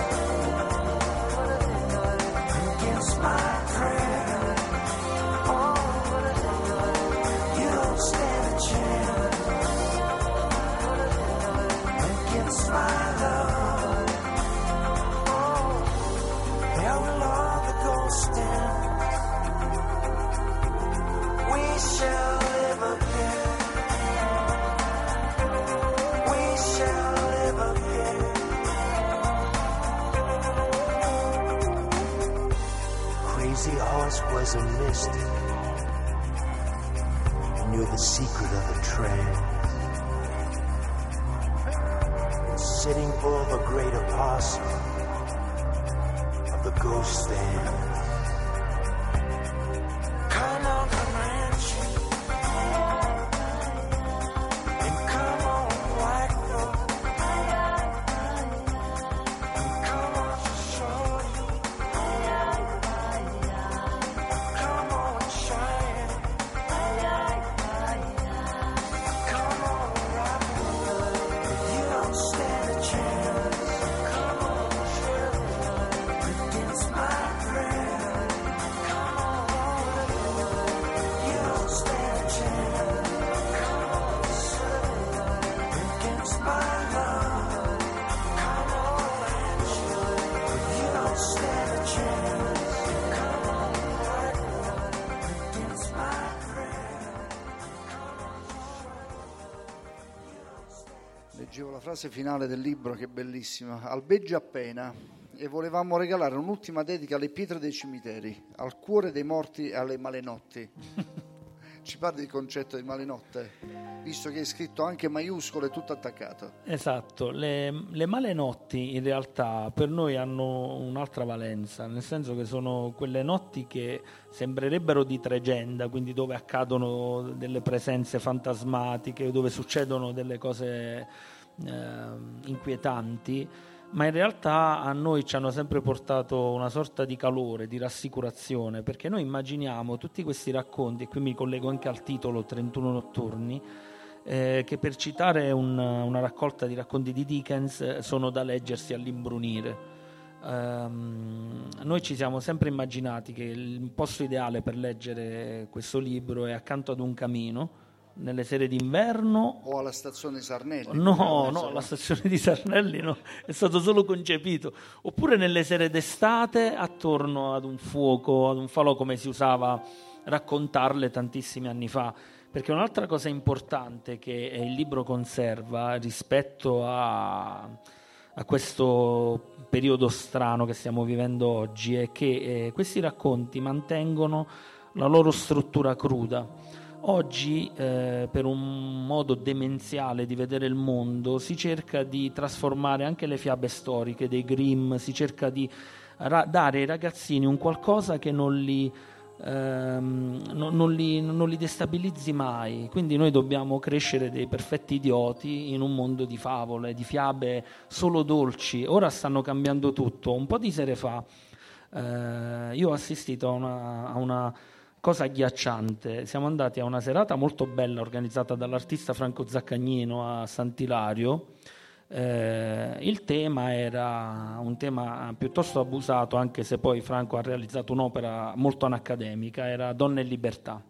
Speaker 7: Oh crazy horse was a mystic, and you're the secret of the trance. And sitting for the great apostle of the ghost stand. Come on, Comanche, and come on, Blackfoot, and come on, Shorty, come on, Cheyenne, come on, Robin Hood, you don't stand a chance. Come on, Shirley, against my friend. Come on, you don't stand a chance. Come on, Shirley, against my love. Come on, Angela, you don't stand a chance. Come on, Blackwood, against my friend.
Speaker 4: Leggevo la frase finale del libro, che è bellissima. Albeggia appena, e volevamo regalare un'ultima dedica alle pietre dei cimiteri, al cuore dei morti e alle malenotti. Ci parli del concetto di malenotte, visto che è scritto anche maiuscolo e tutto attaccato.
Speaker 3: Esatto, le, le malenotti in realtà per noi hanno un'altra valenza, nel senso che sono quelle notti che sembrerebbero di tregenda, quindi dove accadono delle presenze fantasmatiche, dove succedono delle cose eh, inquietanti, ma in realtà a noi ci hanno sempre portato una sorta di calore, di rassicurazione, perché noi immaginiamo tutti questi racconti, e qui mi collego anche al titolo trentuno notturni, eh, che per citare un, una raccolta di racconti di Dickens sono da leggersi all'imbrunire. Um, noi ci siamo sempre immaginati che il posto ideale per leggere questo libro è accanto ad un camino, nelle sere d'inverno
Speaker 4: o alla stazione Sarnelli.
Speaker 3: No, no, alla stazione di Sarnelli no, è stato solo concepito. Oppure nelle sere d'estate attorno ad un fuoco, ad un falò, come si usava raccontarle tantissimi anni fa. Perché un'altra cosa importante che il libro conserva rispetto a, a questo periodo strano che stiamo vivendo oggi è che eh, questi racconti mantengono la loro struttura cruda. Oggi, eh, per un modo demenziale di vedere il mondo, si cerca di trasformare anche le fiabe storiche dei Grimm, si cerca di ra- dare ai ragazzini un qualcosa che non li, ehm, non, non, li, non li destabilizzi mai. Quindi noi dobbiamo crescere dei perfetti idioti in un mondo di favole, di fiabe solo dolci. Ora stanno cambiando tutto. Un po' di sere fa eh, io ho assistito a una... A una cosa agghiacciante. Siamo andati a una serata molto bella organizzata dall'artista Franco Zaccagnino a Sant'Ilario. Eh, il tema era un tema piuttosto abusato, anche se poi Franco ha realizzato un'opera molto anacademica, era Donna e Libertà.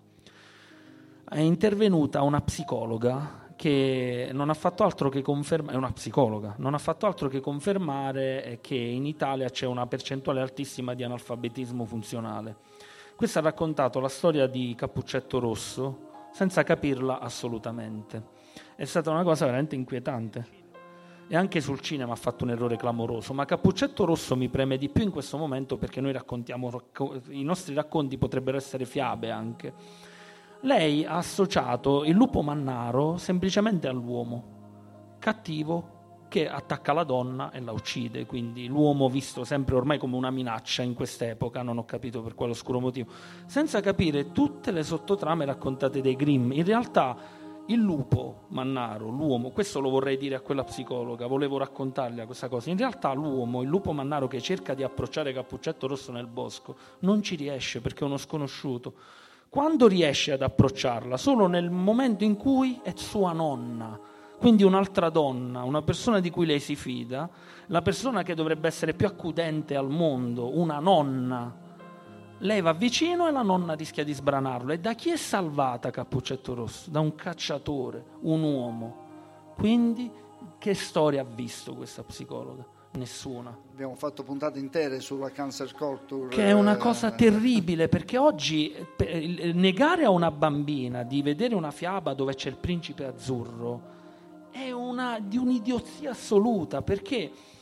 Speaker 3: È intervenuta una psicologa che non ha fatto altro che confermare, è una psicologa, non ha fatto altro che confermare che in Italia c'è una percentuale altissima di analfabetismo funzionale. Questa ha raccontato la storia di Cappuccetto Rosso senza capirla assolutamente. È stata una cosa veramente inquietante. E anche sul cinema ha fatto un errore clamoroso, ma Cappuccetto Rosso mi preme di più in questo momento perché noi raccontiamo, i nostri racconti potrebbero essere fiabe anche. Lei ha associato il lupo mannaro semplicemente all'uomo, cattivo, che attacca la donna e la uccide, quindi l'uomo visto sempre ormai come una minaccia in quest'epoca, non ho capito per quale oscuro motivo, senza capire tutte le sottotrame raccontate dai Grimm. In realtà il lupo mannaro, l'uomo, questo lo vorrei dire a quella psicologa, volevo raccontargli questa cosa, in realtà l'uomo, il lupo mannaro che cerca di approcciare Cappuccetto Rosso nel bosco, non ci riesce perché è uno sconosciuto. Quando riesce ad approcciarla? Solo nel momento in cui è sua nonna. Quindi un'altra donna, una persona di cui lei si fida, la persona che dovrebbe essere più accudente al mondo, una nonna. Lei va vicino e la nonna rischia di sbranarlo. E da chi è salvata Cappuccetto Rosso? Da un cacciatore, un uomo. Quindi che storia ha visto questa psicologa? Nessuna.
Speaker 4: Abbiamo fatto puntate intere sulla cancer culture.
Speaker 3: Che è una cosa terribile, perché oggi negare a una bambina di vedere una fiaba dove c'è il principe azzurro è una, di un'idiozia assoluta, perché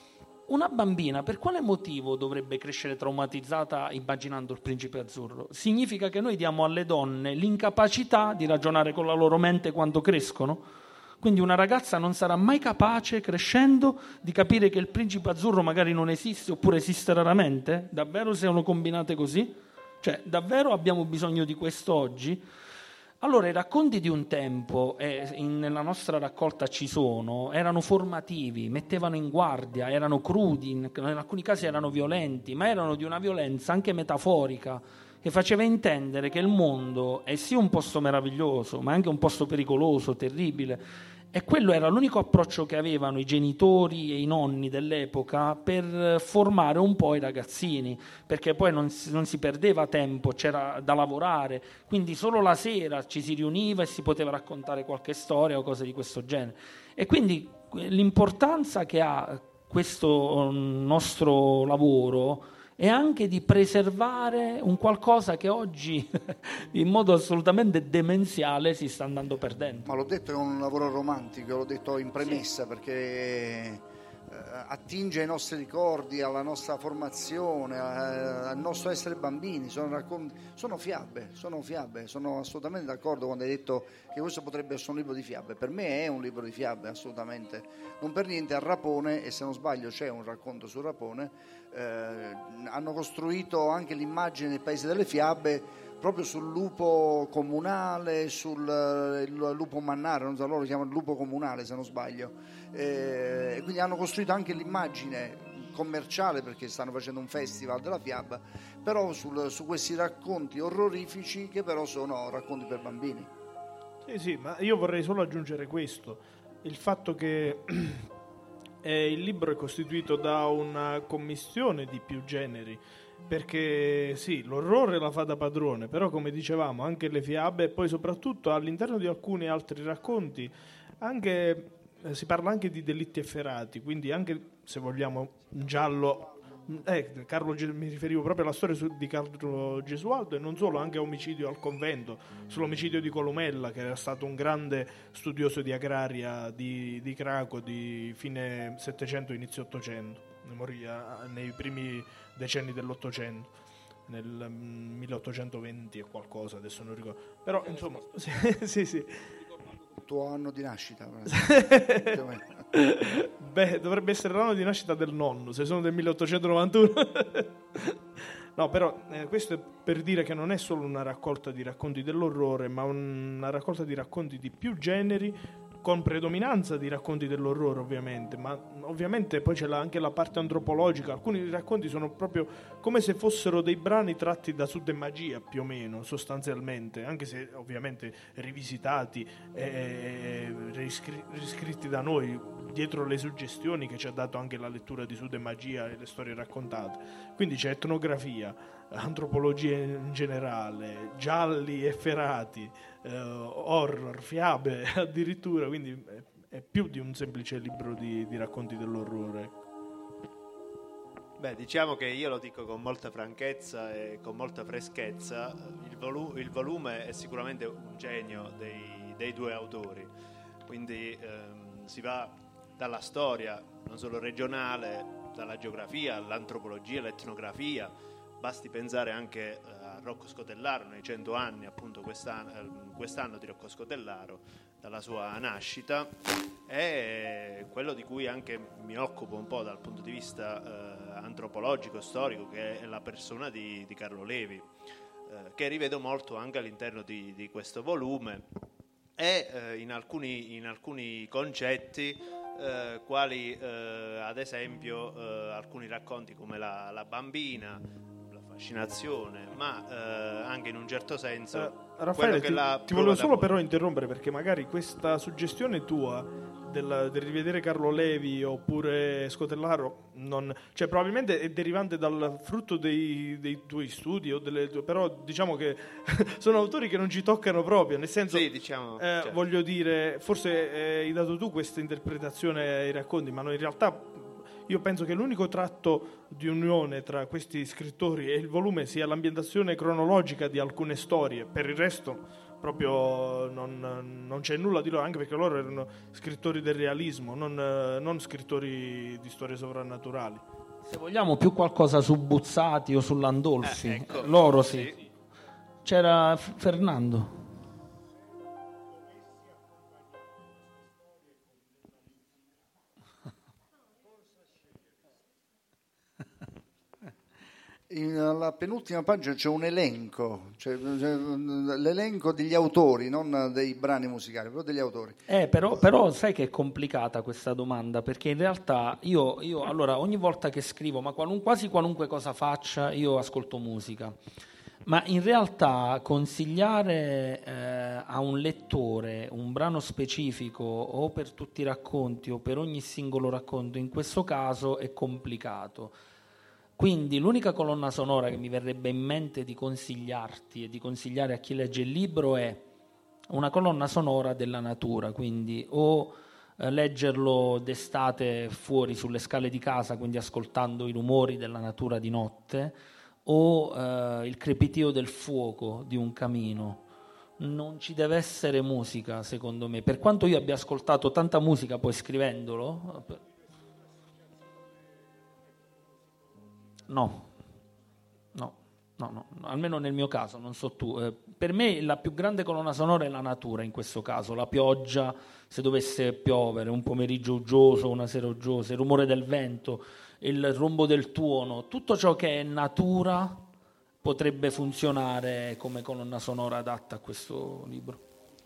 Speaker 3: una bambina per quale motivo dovrebbe crescere traumatizzata immaginando il principe azzurro? Significa che noi diamo alle donne l'incapacità di ragionare con la loro mente quando crescono? Quindi una ragazza non sarà mai capace, crescendo, di capire che il principe azzurro magari non esiste oppure esiste raramente? Davvero siano combinate così? Cioè, davvero abbiamo bisogno di questo oggi? Allora, i racconti di un tempo, eh, in, nella nostra raccolta ci sono, erano formativi, mettevano in guardia, erano crudi, in, in alcuni casi erano violenti, ma erano di una violenza anche metaforica, che faceva intendere che il mondo è sì un posto meraviglioso, ma anche un posto pericoloso, terribile. E quello era l'unico approccio che avevano i genitori e i nonni dell'epoca per formare un po' i ragazzini, perché poi non si, non si perdeva tempo, c'era da lavorare, quindi solo la sera ci si riuniva e si poteva raccontare qualche storia o cose di questo genere. E quindi l'importanza che ha questo nostro lavoro è anche di preservare un qualcosa che oggi in modo assolutamente demenziale si sta andando perdendo.
Speaker 4: Ma l'ho detto, è un lavoro romantico, l'ho detto in premessa, sì, perché eh, attinge ai nostri ricordi, alla nostra formazione, eh, al nostro essere bambini, sono, raccon- sono fiabe, sono fiabe, sono assolutamente d'accordo quando hai detto che questo potrebbe essere un libro di fiabe. Per me è un libro di fiabe, assolutamente, non per niente. A Rapone, e se non sbaglio c'è un racconto su Rapone, Eh, hanno costruito anche l'immagine del Paese delle Fiabe proprio sul lupo comunale, sul il lupo mannare, non so, loro lo chiamano il lupo comunale se non sbaglio, eh, e quindi hanno costruito anche l'immagine commerciale, perché stanno facendo un festival della fiaba, però sul, su questi racconti orrorifici che però sono racconti per bambini.
Speaker 5: Sì, sì, ma io vorrei solo aggiungere questo, il fatto che Eh, il libro è costituito da una commistione di più generi, perché sì, l'orrore la fa da padrone, però come dicevamo anche le fiabe, e poi soprattutto all'interno di alcuni altri racconti anche, eh, si parla anche di delitti efferati, quindi anche, se vogliamo, un giallo. Eh, Carlo, mi riferivo proprio alla storia su, di Carlo Gesualdo, e non solo, anche a Omicidio al convento, sull'omicidio di Columella, che era stato un grande studioso di agraria di, di Craco di fine Settecento, inizio Ottocento, ne morì a, nei primi decenni dell'Ottocento, nel milleottocentoventi e qualcosa, adesso non ricordo, però insomma sì, sì, sì.
Speaker 4: Tuo anno di nascita?
Speaker 5: Beh, dovrebbe essere l'anno di nascita del nonno, se sono del milleottocentonovantuno. No, però eh, questo è per dire che non è solo una raccolta di racconti dell'orrore, ma una raccolta di racconti di più generi, con predominanza di racconti dell'orrore ovviamente, ma ovviamente poi c'è la, anche la parte antropologica. Alcuni racconti sono proprio come se fossero dei brani tratti da Sud e Magia, più o meno, sostanzialmente, anche se ovviamente rivisitati e riscri- riscritti da noi, dietro le suggestioni che ci ha dato anche la lettura di Sud e Magia e le storie raccontate. Quindi c'è etnografia, antropologia in generale, gialli efferati, eh, horror, fiabe addirittura, quindi è, è più di un semplice libro di, di racconti dell'orrore.
Speaker 6: Beh, diciamo che io lo dico con molta franchezza e con molta freschezza, il, volu- il volume è sicuramente un genio dei, dei due autori, quindi ehm, si va dalla storia non solo regionale, dalla geografia, all'antropologia, all'etnografia. Basti pensare anche a Rocco Scotellaro nei cento anni, appunto quest'anno, quest'anno di Rocco Scotellaro, dalla sua nascita, è quello di cui anche mi occupo un po' dal punto di vista eh, antropologico, storico, che è la persona di, di Carlo Levi, eh, che rivedo molto anche all'interno di, di questo volume e eh, in, alcuni, in alcuni concetti, eh, quali eh, ad esempio eh, alcuni racconti come la, la bambina, fascinazione, ma eh, anche in un certo senso
Speaker 5: eh, Raffaele,
Speaker 6: che
Speaker 5: ti,
Speaker 6: la
Speaker 5: ti volevo solo però interrompere, perché magari questa suggestione tua del, del rivedere Carlo Levi oppure Scotellaro non, cioè probabilmente è derivante dal frutto dei, dei tuoi studi o delle tue, però diciamo che sono autori che non ci toccano proprio, nel senso
Speaker 6: sì, diciamo,
Speaker 5: eh,
Speaker 6: certo.
Speaker 5: voglio dire, forse eh, hai dato tu questa interpretazione ai racconti, ma no, in realtà io penso che l'unico tratto di unione tra questi scrittori e il volume sia l'ambientazione cronologica di alcune storie. Per il resto, proprio non, non c'è nulla di loro, anche perché loro erano scrittori del realismo, non, non scrittori di storie sovrannaturali.
Speaker 3: Se vogliamo più qualcosa su Buzzati o su Landolfi,
Speaker 6: eh, ecco.
Speaker 3: loro sì.
Speaker 6: sì.
Speaker 3: C'era F- Fernando.
Speaker 4: In, alla penultima pagina c'è un elenco, cioè, cioè, l'elenco degli autori, non dei brani musicali, però degli autori.
Speaker 3: Eh, però, però sai che è complicata questa domanda, perché in realtà io, io allora ogni volta che scrivo, ma qualun, quasi qualunque cosa faccia, io ascolto musica. Ma in realtà consigliare eh, a un lettore un brano specifico o per tutti i racconti o per ogni singolo racconto, in questo caso è complicato. Quindi l'unica colonna sonora che mi verrebbe in mente di consigliarti e di consigliare a chi legge il libro è una colonna sonora della natura, quindi o eh, leggerlo d'estate fuori sulle scale di casa, quindi ascoltando i rumori della natura di notte, o eh, il crepitio del fuoco di un camino. Non ci deve essere musica, secondo me. Per quanto io abbia ascoltato tanta musica poi scrivendolo, no, no, no, no, almeno nel mio caso, non so tu. Eh, per me la più grande colonna sonora è la natura in questo caso, la pioggia, se dovesse piovere, un pomeriggio uggioso, una sera uggiosa, il rumore del vento, il rombo del tuono, tutto ciò che è natura potrebbe funzionare come colonna sonora adatta a questo libro.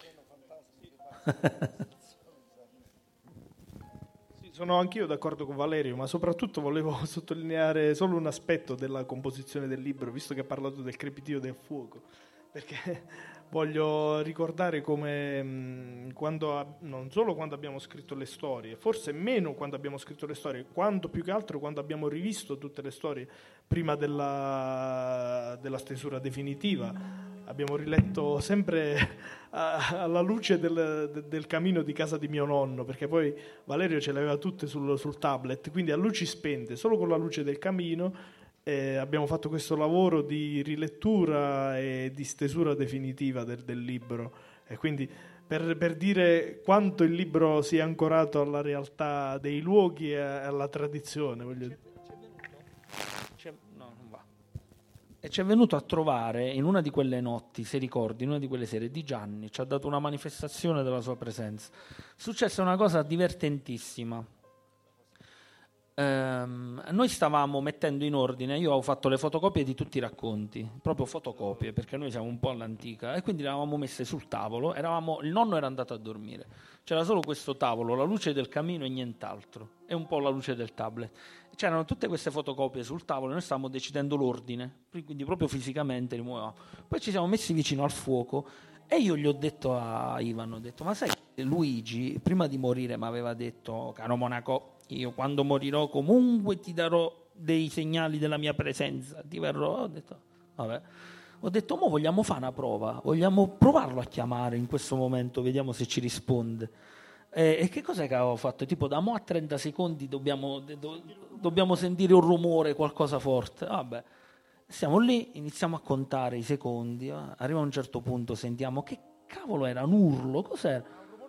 Speaker 5: Sì, sono anch'io d'accordo con Valerio, ma soprattutto volevo sottolineare solo un aspetto della composizione del libro, visto che ha parlato del crepitio del fuoco, perché voglio ricordare come mh, quando, non solo quando abbiamo scritto le storie, forse meno quando abbiamo scritto le storie, quanto più che altro quando abbiamo rivisto tutte le storie prima della, della stesura definitiva, abbiamo riletto sempre a, alla luce del, de, del camino di casa di mio nonno, perché poi Valerio ce le aveva tutte sul, sul tablet, quindi a luci spente, solo con la luce del camino. Eh, abbiamo fatto questo lavoro di rilettura e di stesura definitiva del, del libro, e quindi per, per dire quanto il libro sia ancorato alla realtà dei luoghi e alla tradizione, voglio dire.
Speaker 3: C'è, no, non va. E ci è venuto a trovare in una di quelle notti, se ricordi, in una di quelle sere, Di Gianni ci ha dato una manifestazione della sua presenza. Successe una cosa divertentissima. Um, noi stavamo mettendo in ordine, io avevo fatto le fotocopie di tutti i racconti, proprio fotocopie, perché noi siamo un po' all'antica, e quindi le avevamo messe sul tavolo. Eravamo, il nonno era andato a dormire, c'era solo questo tavolo, la luce del camino e nient'altro, e un po' la luce del tablet. C'erano tutte queste fotocopie sul tavolo e noi stavamo decidendo l'ordine, quindi proprio fisicamente li muovevamo. Poi ci siamo messi vicino al fuoco e io gli ho detto a Ivan, ho detto: ma sai, Luigi prima di morire mi aveva detto: caro Monaco, io quando morirò comunque ti darò dei segnali della mia presenza, ti verrò. Ho detto, vabbè. Ho detto, mo vogliamo fare una prova, vogliamo provarlo a chiamare in questo momento, vediamo se ci risponde. E, e che cos'è che avevo fatto? Tipo, da mo a trenta secondi dobbiamo, do, dobbiamo sentire un rumore, qualcosa forte. Vabbè, siamo lì, iniziamo a contare i secondi, arriva a un certo punto, sentiamo, che cavolo era, un urlo, cos'era?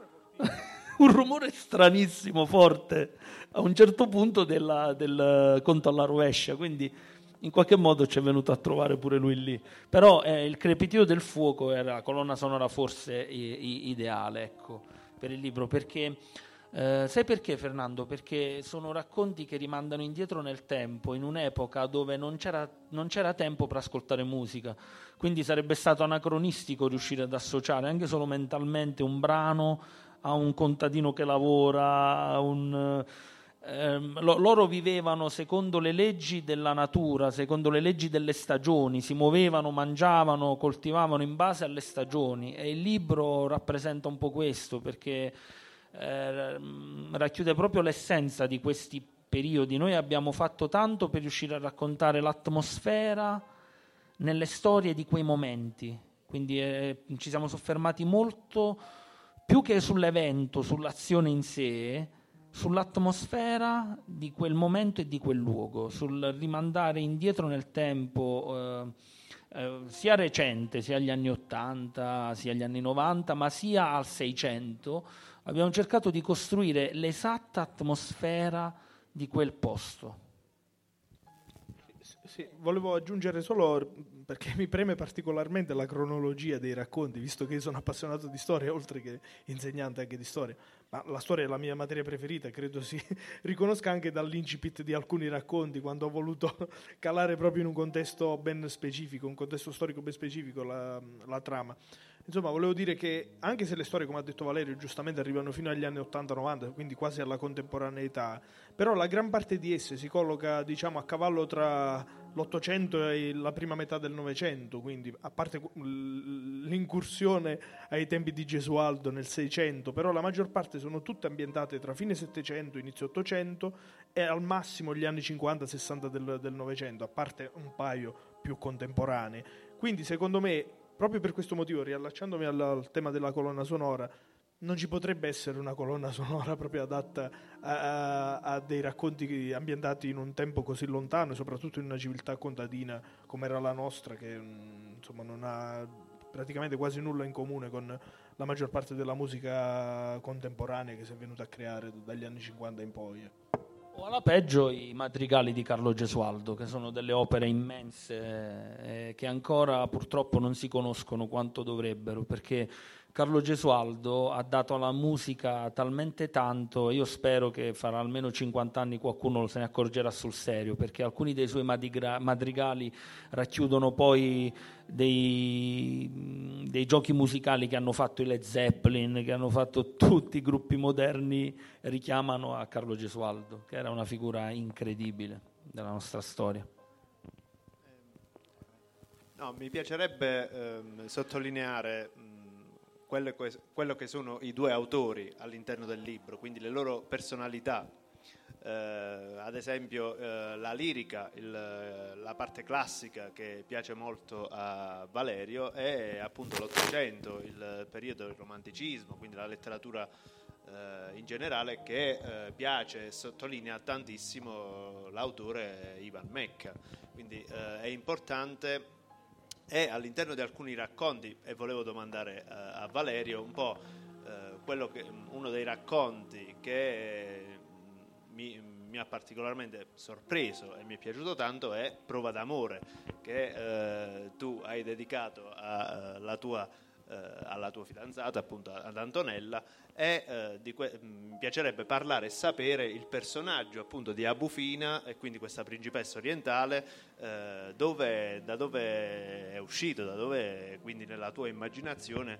Speaker 3: Un rumore stranissimo, forte, a un certo punto della, del conto alla rovescia, quindi in qualche modo ci è venuto a trovare pure lui lì. Però eh, il crepitio del fuoco era la colonna sonora forse i, i, ideale, ecco, per il libro, perché eh, sai perché, Fernando? Perché sono racconti che rimandano indietro nel tempo, in un'epoca dove non c'era, non c'era tempo per ascoltare musica, quindi sarebbe stato anacronistico riuscire ad associare anche solo mentalmente un brano a un contadino che lavora, a un, ehm, lo, loro vivevano secondo le leggi della natura, secondo le leggi delle stagioni, si muovevano, mangiavano, coltivavano in base alle stagioni, e il libro rappresenta un po' questo, perché eh, racchiude proprio l'essenza di questi periodi. Noi abbiamo fatto tanto per riuscire a raccontare l'atmosfera nelle storie di quei momenti, quindi eh, ci siamo soffermati molto più che sull'evento, sull'azione in sé, sull'atmosfera di quel momento e di quel luogo, sul rimandare indietro nel tempo eh, sia recente, sia agli anni ottanta, sia agli anni novanta, ma sia al Seicento, abbiamo cercato di costruire l'esatta atmosfera di quel posto.
Speaker 5: Sì, volevo aggiungere solo, perché mi preme particolarmente la cronologia dei racconti, visto che io sono appassionato di storia, oltre che insegnante anche di storia, ma la storia è la mia materia preferita, credo si riconosca anche dall'incipit di alcuni racconti, quando ho voluto calare proprio in un contesto ben specifico, un contesto storico ben specifico la, la trama. Insomma, volevo dire che anche se le storie, come ha detto Valerio, giustamente arrivano fino agli anni ottanta novanta, quindi quasi alla contemporaneità, però la gran parte di esse si colloca, diciamo, a cavallo tra l'Ottocento e la prima metà del Novecento, quindi a parte l'incursione ai tempi di Gesualdo nel Seicento, però la maggior parte sono tutte ambientate tra fine Settecento e inizio Ottocento e al massimo gli anni cinquanta sessanta del, del Novecento, a parte un paio più contemporanee. Quindi secondo me, proprio per questo motivo, riallacciandomi al, al tema della colonna sonora, non ci potrebbe essere una colonna sonora proprio adatta a, a, a dei racconti ambientati in un tempo così lontano e soprattutto in una civiltà contadina come era la nostra, che insomma non ha praticamente quasi nulla in comune con la maggior parte della musica contemporanea che si è venuta a creare dagli anni cinquanta in poi.
Speaker 3: O alla peggio i madrigali di Carlo Gesualdo, che sono delle opere immense eh, che ancora purtroppo non si conoscono quanto dovrebbero, perché Carlo Gesualdo ha dato alla musica talmente tanto, io spero che farà almeno cinquanta anni qualcuno se ne accorgerà sul serio, perché alcuni dei suoi madriga- madrigali racchiudono poi dei, dei giochi musicali che hanno fatto i Led Zeppelin, che hanno fatto tutti i gruppi moderni, richiamano a Carlo Gesualdo, che era una figura incredibile della nostra storia.
Speaker 6: No, mi piacerebbe ehm, sottolineare mh, quello, que- quello che sono i due autori all'interno del libro, quindi le loro personalità. Eh, ad esempio eh, la lirica, il, la parte classica che piace molto a Valerio è appunto l'Ottocento, il periodo del romanticismo, quindi la letteratura eh, in generale, che eh, piace e sottolinea tantissimo l'autore Ivan Mecca. Quindi eh, è importante. E all'interno di alcuni racconti, e volevo domandare uh, a Valerio un po' uh, quello che, uno dei racconti che mi, mi ha particolarmente sorpreso e mi è piaciuto tanto è Prova d'amore, che uh, tu hai dedicato a, uh, la tua, uh, alla tua fidanzata, appunto ad Antonella, e uh, di que- mi piacerebbe parlare e sapere il personaggio appunto di Abufina, e quindi questa principessa orientale, uh, dove, da dove è uscito, da dove quindi nella tua immaginazione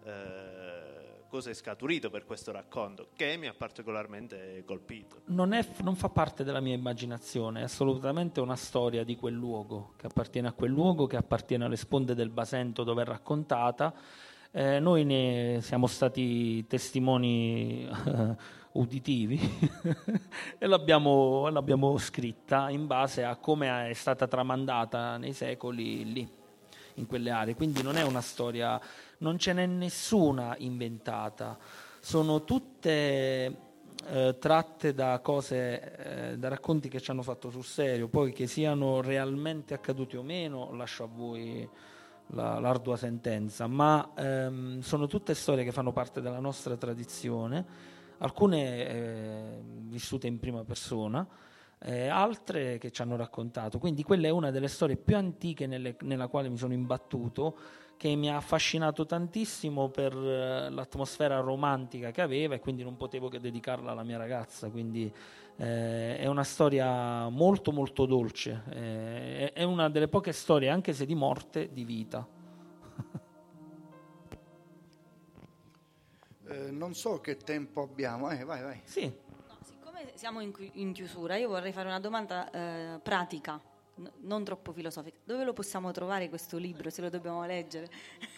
Speaker 6: uh, cosa è scaturito per questo racconto, che mi ha particolarmente colpito.
Speaker 3: Non, è, non fa parte della mia immaginazione, è assolutamente una storia di quel luogo, che appartiene a quel luogo, che appartiene alle sponde del Basento dove è raccontata. Eh, noi ne siamo stati testimoni uh, uditivi e l'abbiamo, l'abbiamo scritta in base a come è stata tramandata nei secoli lì, in quelle aree. Quindi non è una storia, non ce n'è nessuna inventata, sono tutte eh, tratte da cose, eh, da racconti che ci hanno fatto sul serio. Poi che siano realmente accaduti o meno lascio a voi La, l'ardua sentenza, ma ehm, sono tutte storie che fanno parte della nostra tradizione, alcune eh, vissute in prima persona, eh, altre che ci hanno raccontato. Quindi quella è una delle storie più antiche nelle, nella quale mi sono imbattuto, che mi ha affascinato tantissimo per eh, l'atmosfera romantica che aveva, e quindi non potevo che dedicarla alla mia ragazza. Quindi eh, è una storia molto molto dolce, eh, è una delle poche storie, anche se di morte, di vita.
Speaker 4: eh, non so che tempo abbiamo, eh, vai vai.
Speaker 3: Sì.
Speaker 2: No, siccome siamo in, in chiusura, io vorrei fare una domanda eh, pratica, n- non troppo filosofica. Dove lo possiamo trovare questo libro, se lo dobbiamo leggere?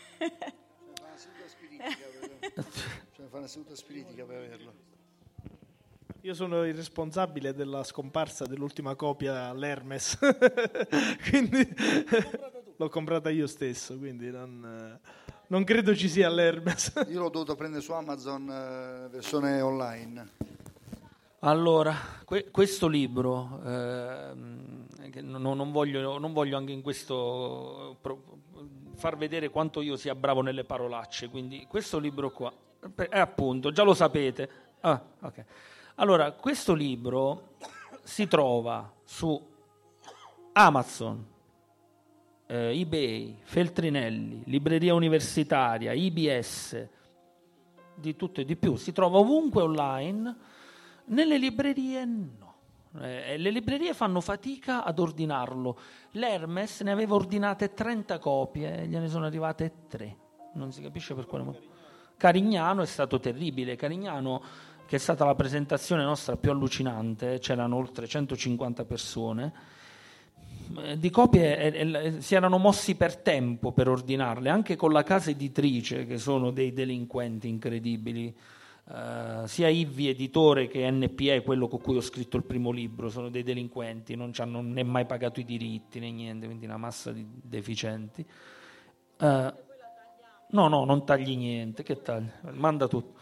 Speaker 4: Cioè, fa una seduta spiritica per averlo.
Speaker 5: Io sono il responsabile della scomparsa dell'ultima copia all'Hermes, quindi l'ho comprata io stesso, quindi non, non credo ci sia all'Hermes.
Speaker 4: Io l'ho dovuto prendere su Amazon, eh, versione online.
Speaker 3: Allora, que- questo libro, eh, che non, non, voglio, non voglio anche in questo pro, far vedere quanto io sia bravo nelle parolacce, quindi questo libro qua, è appunto, già lo sapete. Ah, okay. Allora, questo libro si trova su Amazon, eh, eBay, Feltrinelli, Libreria Universitaria, I B S, di tutto e di più, si trova ovunque online. Nelle librerie no, eh, le librerie fanno fatica ad ordinarlo. L'Hermes ne aveva ordinate trenta copie e gliene sono arrivate tre, non si capisce per quale motivo. Carignano è stato terribile. Carignano, che è stata la presentazione nostra più allucinante, c'erano oltre centocinquanta persone, di copie eh, eh, si erano mossi per tempo per ordinarle, anche con la casa editrice, che sono dei delinquenti incredibili. Uh, sia Ivvi editore che N P E, quello con cui ho scritto il primo libro, sono dei delinquenti, non ci hanno né mai pagato i diritti né niente, quindi una massa di deficienti. Uh, no, no, non tagli niente, che tagli? Manda tutto.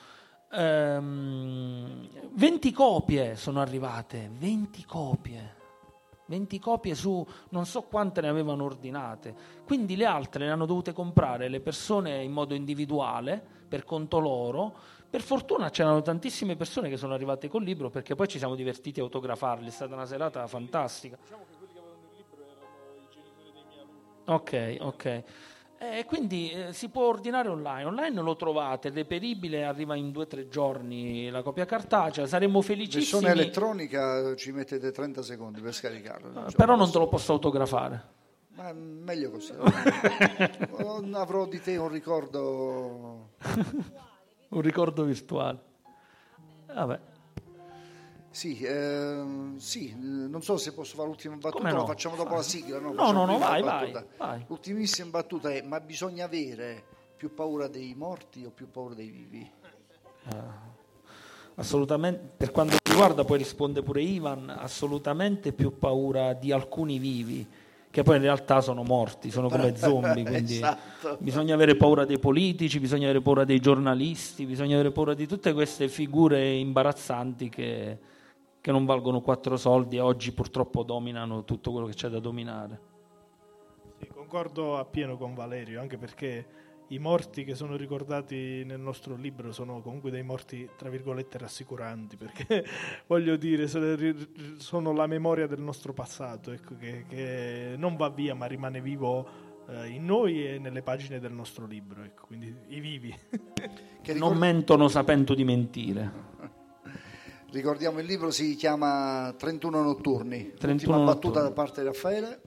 Speaker 3: Um, venti copie sono arrivate, venti copie. venti copie su non so quante ne avevano ordinate, quindi le altre le hanno dovute comprare le persone in modo individuale per conto loro. Per fortuna c'erano tantissime persone che sono arrivate col libro, perché poi ci siamo divertiti a autografarli, è stata una serata fantastica. Diciamo che quelli che avevano il libro erano i genitori dei miei alunni. Ok, ok. E quindi eh, si può ordinare online, online lo trovate, reperibile, arriva in due o tre giorni la copia cartacea, saremmo felicissimi.
Speaker 4: Versione elettronica ci mettete trenta secondi per scaricarlo.
Speaker 3: Non però non te lo posso autografare.
Speaker 4: Ma meglio così. Non avrò di te un ricordo...
Speaker 3: un ricordo virtuale. Vabbè.
Speaker 4: Sì, ehm, sì, non so se posso fare l'ultima battuta,
Speaker 3: no?
Speaker 4: lo facciamo dopo
Speaker 3: Fai.
Speaker 4: la sigla. No,
Speaker 3: no, no, no vai, vai, vai.
Speaker 4: L'ultimissima battuta è: ma bisogna avere più paura dei morti o più paura dei vivi?
Speaker 3: Ah, assolutamente, per quanto mi riguarda, poi risponde pure Ivan, assolutamente più paura di alcuni vivi, che poi in realtà sono morti, sono come zombie, quindi esatto. Bisogna avere paura dei politici, bisogna avere paura dei giornalisti, bisogna avere paura di tutte queste figure imbarazzanti che, che non valgono quattro soldi e oggi purtroppo dominano tutto quello che c'è da dominare.
Speaker 5: Sì, concordo appieno con Valerio, anche perché i morti che sono ricordati nel nostro libro sono comunque dei morti tra virgolette rassicuranti, perché voglio dire sono la memoria del nostro passato, ecco, che, che non va via ma rimane vivo eh, in noi e nelle pagine del nostro libro, ecco, quindi i vivi
Speaker 3: che ricord- non mentono sapendo di mentire.
Speaker 4: Ricordiamo, il libro si chiama trentuno notturni.
Speaker 3: trentuno
Speaker 4: Ultima
Speaker 3: notturni.
Speaker 4: Battuta da parte di Raffaele.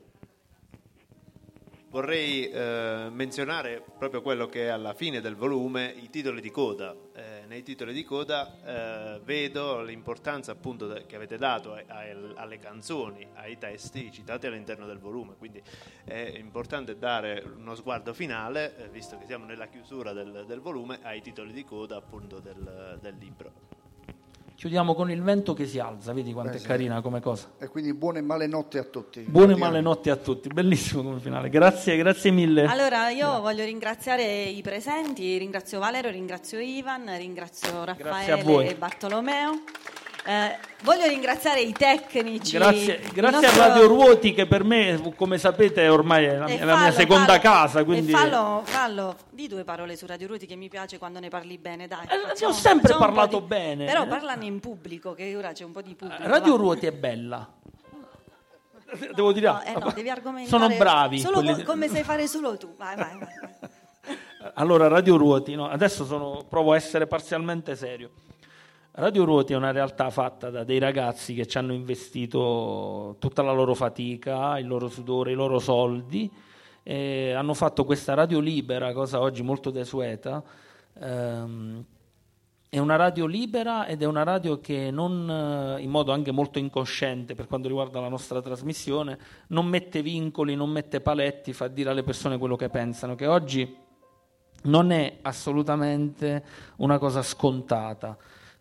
Speaker 6: Vorrei eh, menzionare proprio quello che è alla fine del volume, i titoli di coda. Eh, nei titoli di coda eh, vedo l'importanza appunto de- che avete dato a- a- alle canzoni, ai testi citati all'interno del volume, quindi è importante dare uno sguardo finale, eh, visto che siamo nella chiusura del, del volume, ai titoli di coda appunto del, del libro.
Speaker 3: Chiudiamo con il vento che si alza, vedi quanto
Speaker 4: Beh,
Speaker 3: è
Speaker 4: sì.
Speaker 3: carina come cosa.
Speaker 4: E quindi buone e male notti a tutti.
Speaker 3: Buone e male notti a tutti, bellissimo come finale. Grazie, grazie mille.
Speaker 2: Allora io Grazie. voglio ringraziare i presenti, ringrazio Valerio, ringrazio Ivan, ringrazio Raffaele e Bartolomeo. Eh, voglio ringraziare i tecnici.
Speaker 3: Grazie, grazie
Speaker 2: nostro...
Speaker 3: a Radio Ruoti, che per me, come sapete, ormai è la mia, fallo, la mia seconda
Speaker 2: fallo,
Speaker 3: casa. Quindi...
Speaker 2: E fallo, fallo, di due parole su Radio Ruoti, che mi piace quando ne parli bene, dai.
Speaker 3: Eh,
Speaker 2: facciamo,
Speaker 3: ho sempre parlato
Speaker 2: di...
Speaker 3: bene.
Speaker 2: Però parlane in pubblico, che ora c'è un po' di pubblico.
Speaker 3: Radio
Speaker 2: va.
Speaker 3: Ruoti è bella. Devo dire,
Speaker 2: no, eh no, devi argomentare.
Speaker 3: Sono bravi.
Speaker 2: Solo
Speaker 3: quelli...
Speaker 2: come sai fare solo tu. Vai, vai, vai. vai.
Speaker 3: Allora, Radio Ruoti, no, adesso sono, provo a essere parzialmente serio. Radio Ruoti è una realtà fatta da dei ragazzi che ci hanno investito tutta la loro fatica, il loro sudore, i loro soldi, e hanno fatto questa radio libera, cosa oggi molto desueta. Ehm, è una radio libera ed è una radio che non, in modo anche molto incosciente per quanto riguarda la nostra trasmissione, non mette vincoli, non mette paletti, fa dire alle persone quello che pensano, che oggi non è assolutamente una cosa scontata.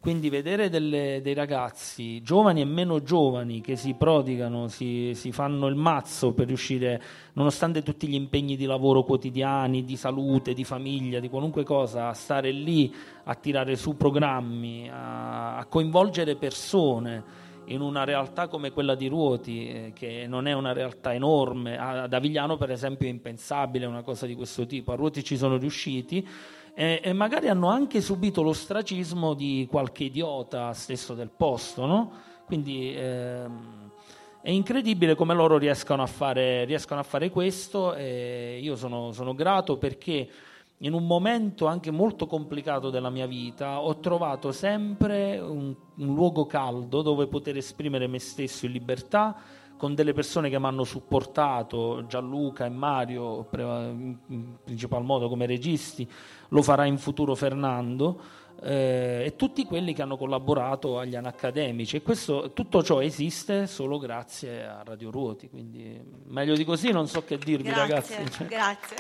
Speaker 3: Quindi vedere delle, dei ragazzi giovani e meno giovani che si prodigano, si, si fanno il mazzo per riuscire, nonostante tutti gli impegni di lavoro quotidiani, di salute, di famiglia, di qualunque cosa, a stare lì, a tirare su programmi, a, a coinvolgere persone in una realtà come quella di Ruoti, eh, che non è una realtà enorme. Ad Avigliano per esempio è impensabile una cosa di questo tipo, a Ruoti ci sono riusciti e, e magari hanno anche subito l'ostracismo di qualche idiota stesso del posto, no? Quindi ehm, è incredibile come loro riescano a fare, riescano a fare questo, e io sono, sono grato perché in un momento anche molto complicato della mia vita ho trovato sempre un, un luogo caldo dove poter esprimere me stesso in libertà, con delle persone che mi hanno supportato, Gianluca e Mario in principal modo come registi, lo farà in futuro Fernando, eh, e tutti quelli che hanno collaborato agli Anaccademici, e questo, tutto ciò esiste solo grazie a Radio Ruoti, quindi meglio di così non so che dirvi.
Speaker 2: Grazie,
Speaker 3: ragazzi, cioè,
Speaker 2: grazie.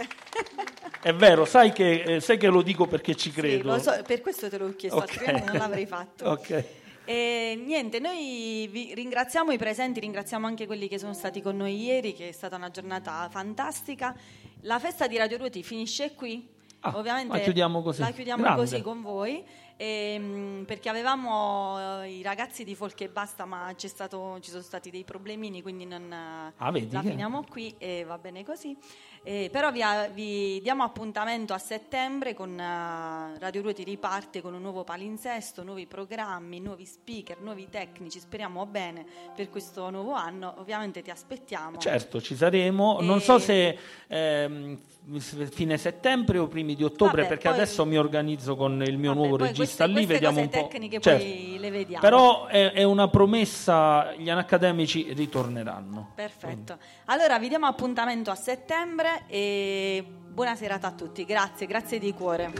Speaker 3: è vero, sai che, eh, sai che lo dico perché ci credo.
Speaker 2: Sì, lo so, per questo te l'ho chiesto,
Speaker 3: Okay.
Speaker 2: altrimenti non l'avrei fatto.
Speaker 3: Ok.
Speaker 2: E niente, noi vi ringraziamo i presenti, ringraziamo anche quelli che sono stati con noi ieri, che è stata una giornata fantastica. La festa di Radio Ruoti finisce qui.
Speaker 3: Ah,
Speaker 2: Ovviamente
Speaker 3: la chiudiamo così.
Speaker 2: la chiudiamo
Speaker 3: Grande.
Speaker 2: così con voi, ehm, perché avevamo eh, i ragazzi di Folk e Basta, ma c'è stato, ci sono stati dei problemini, quindi non
Speaker 3: Ah, vedi
Speaker 2: la
Speaker 3: che-
Speaker 2: finiamo qui e va bene così. Eh, però vi, vi diamo appuntamento a settembre con uh, Radio Ruoti riparte con un nuovo palinsesto, nuovi programmi, nuovi speaker, nuovi tecnici, speriamo bene per questo nuovo anno. Ovviamente ti aspettiamo.
Speaker 3: Certo, ci saremo. Non
Speaker 2: E-
Speaker 3: so se ehm, fine settembre o primi di ottobre,
Speaker 2: Vabbè,
Speaker 3: perché
Speaker 2: poi-
Speaker 3: adesso mi organizzo con il mio
Speaker 2: Vabbè,
Speaker 3: nuovo
Speaker 2: poi
Speaker 3: regista
Speaker 2: queste,
Speaker 3: lì,
Speaker 2: queste
Speaker 3: vediamo
Speaker 2: cose
Speaker 3: un po'.
Speaker 2: tecniche
Speaker 3: Certo.
Speaker 2: poi le vediamo.
Speaker 3: Però è, è una promessa, gli Anaccademici ritorneranno.
Speaker 2: Perfetto. Allora vi diamo appuntamento a settembre e buona serata a tutti. Grazie, grazie di cuore.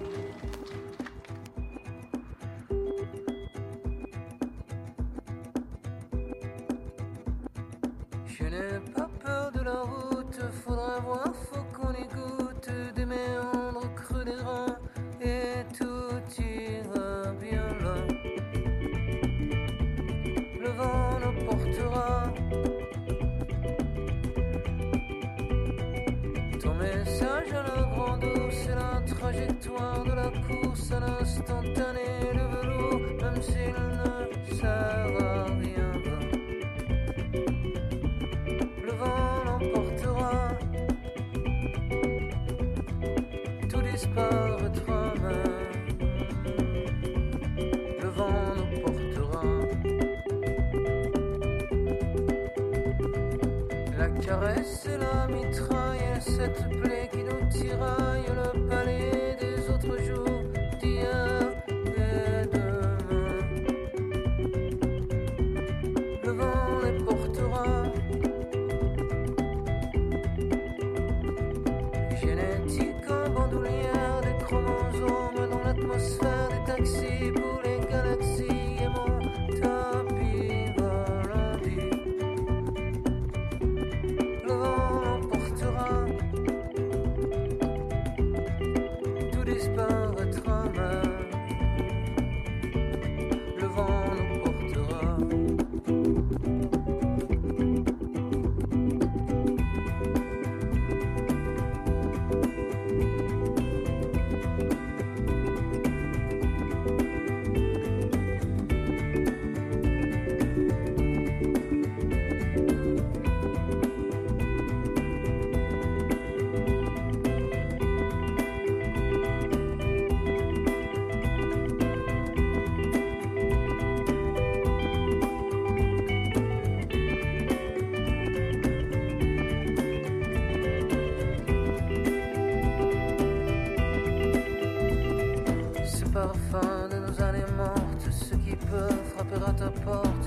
Speaker 8: Je n'ai pas peur de la route, faudra voir, faut qu'on écoute des méandres creux des reins et tout ira bien là. Le vent nous portera. Ton message à la grande eau, c'est la trajectoire de la course à l'instantané, le velours, même s'il ne sert à rien. Le vent l'emportera, tout disparaîtra même. Le vent nous portera. La caresse et la mitraille, et cette plaie qui nous tiraille, le palais des autres jours, d'hier et demain. Le vent les portera. Génétique en bandoulière, des chromosomes dans l'atmosphère, des taxis pour les galaxies et mon tapis volant dit. Le vent l'emportera, tout disparaîtra même. Le vent nous portera. Ce parfum de nos années mortes, ceux qui peuvent frapper à ta porte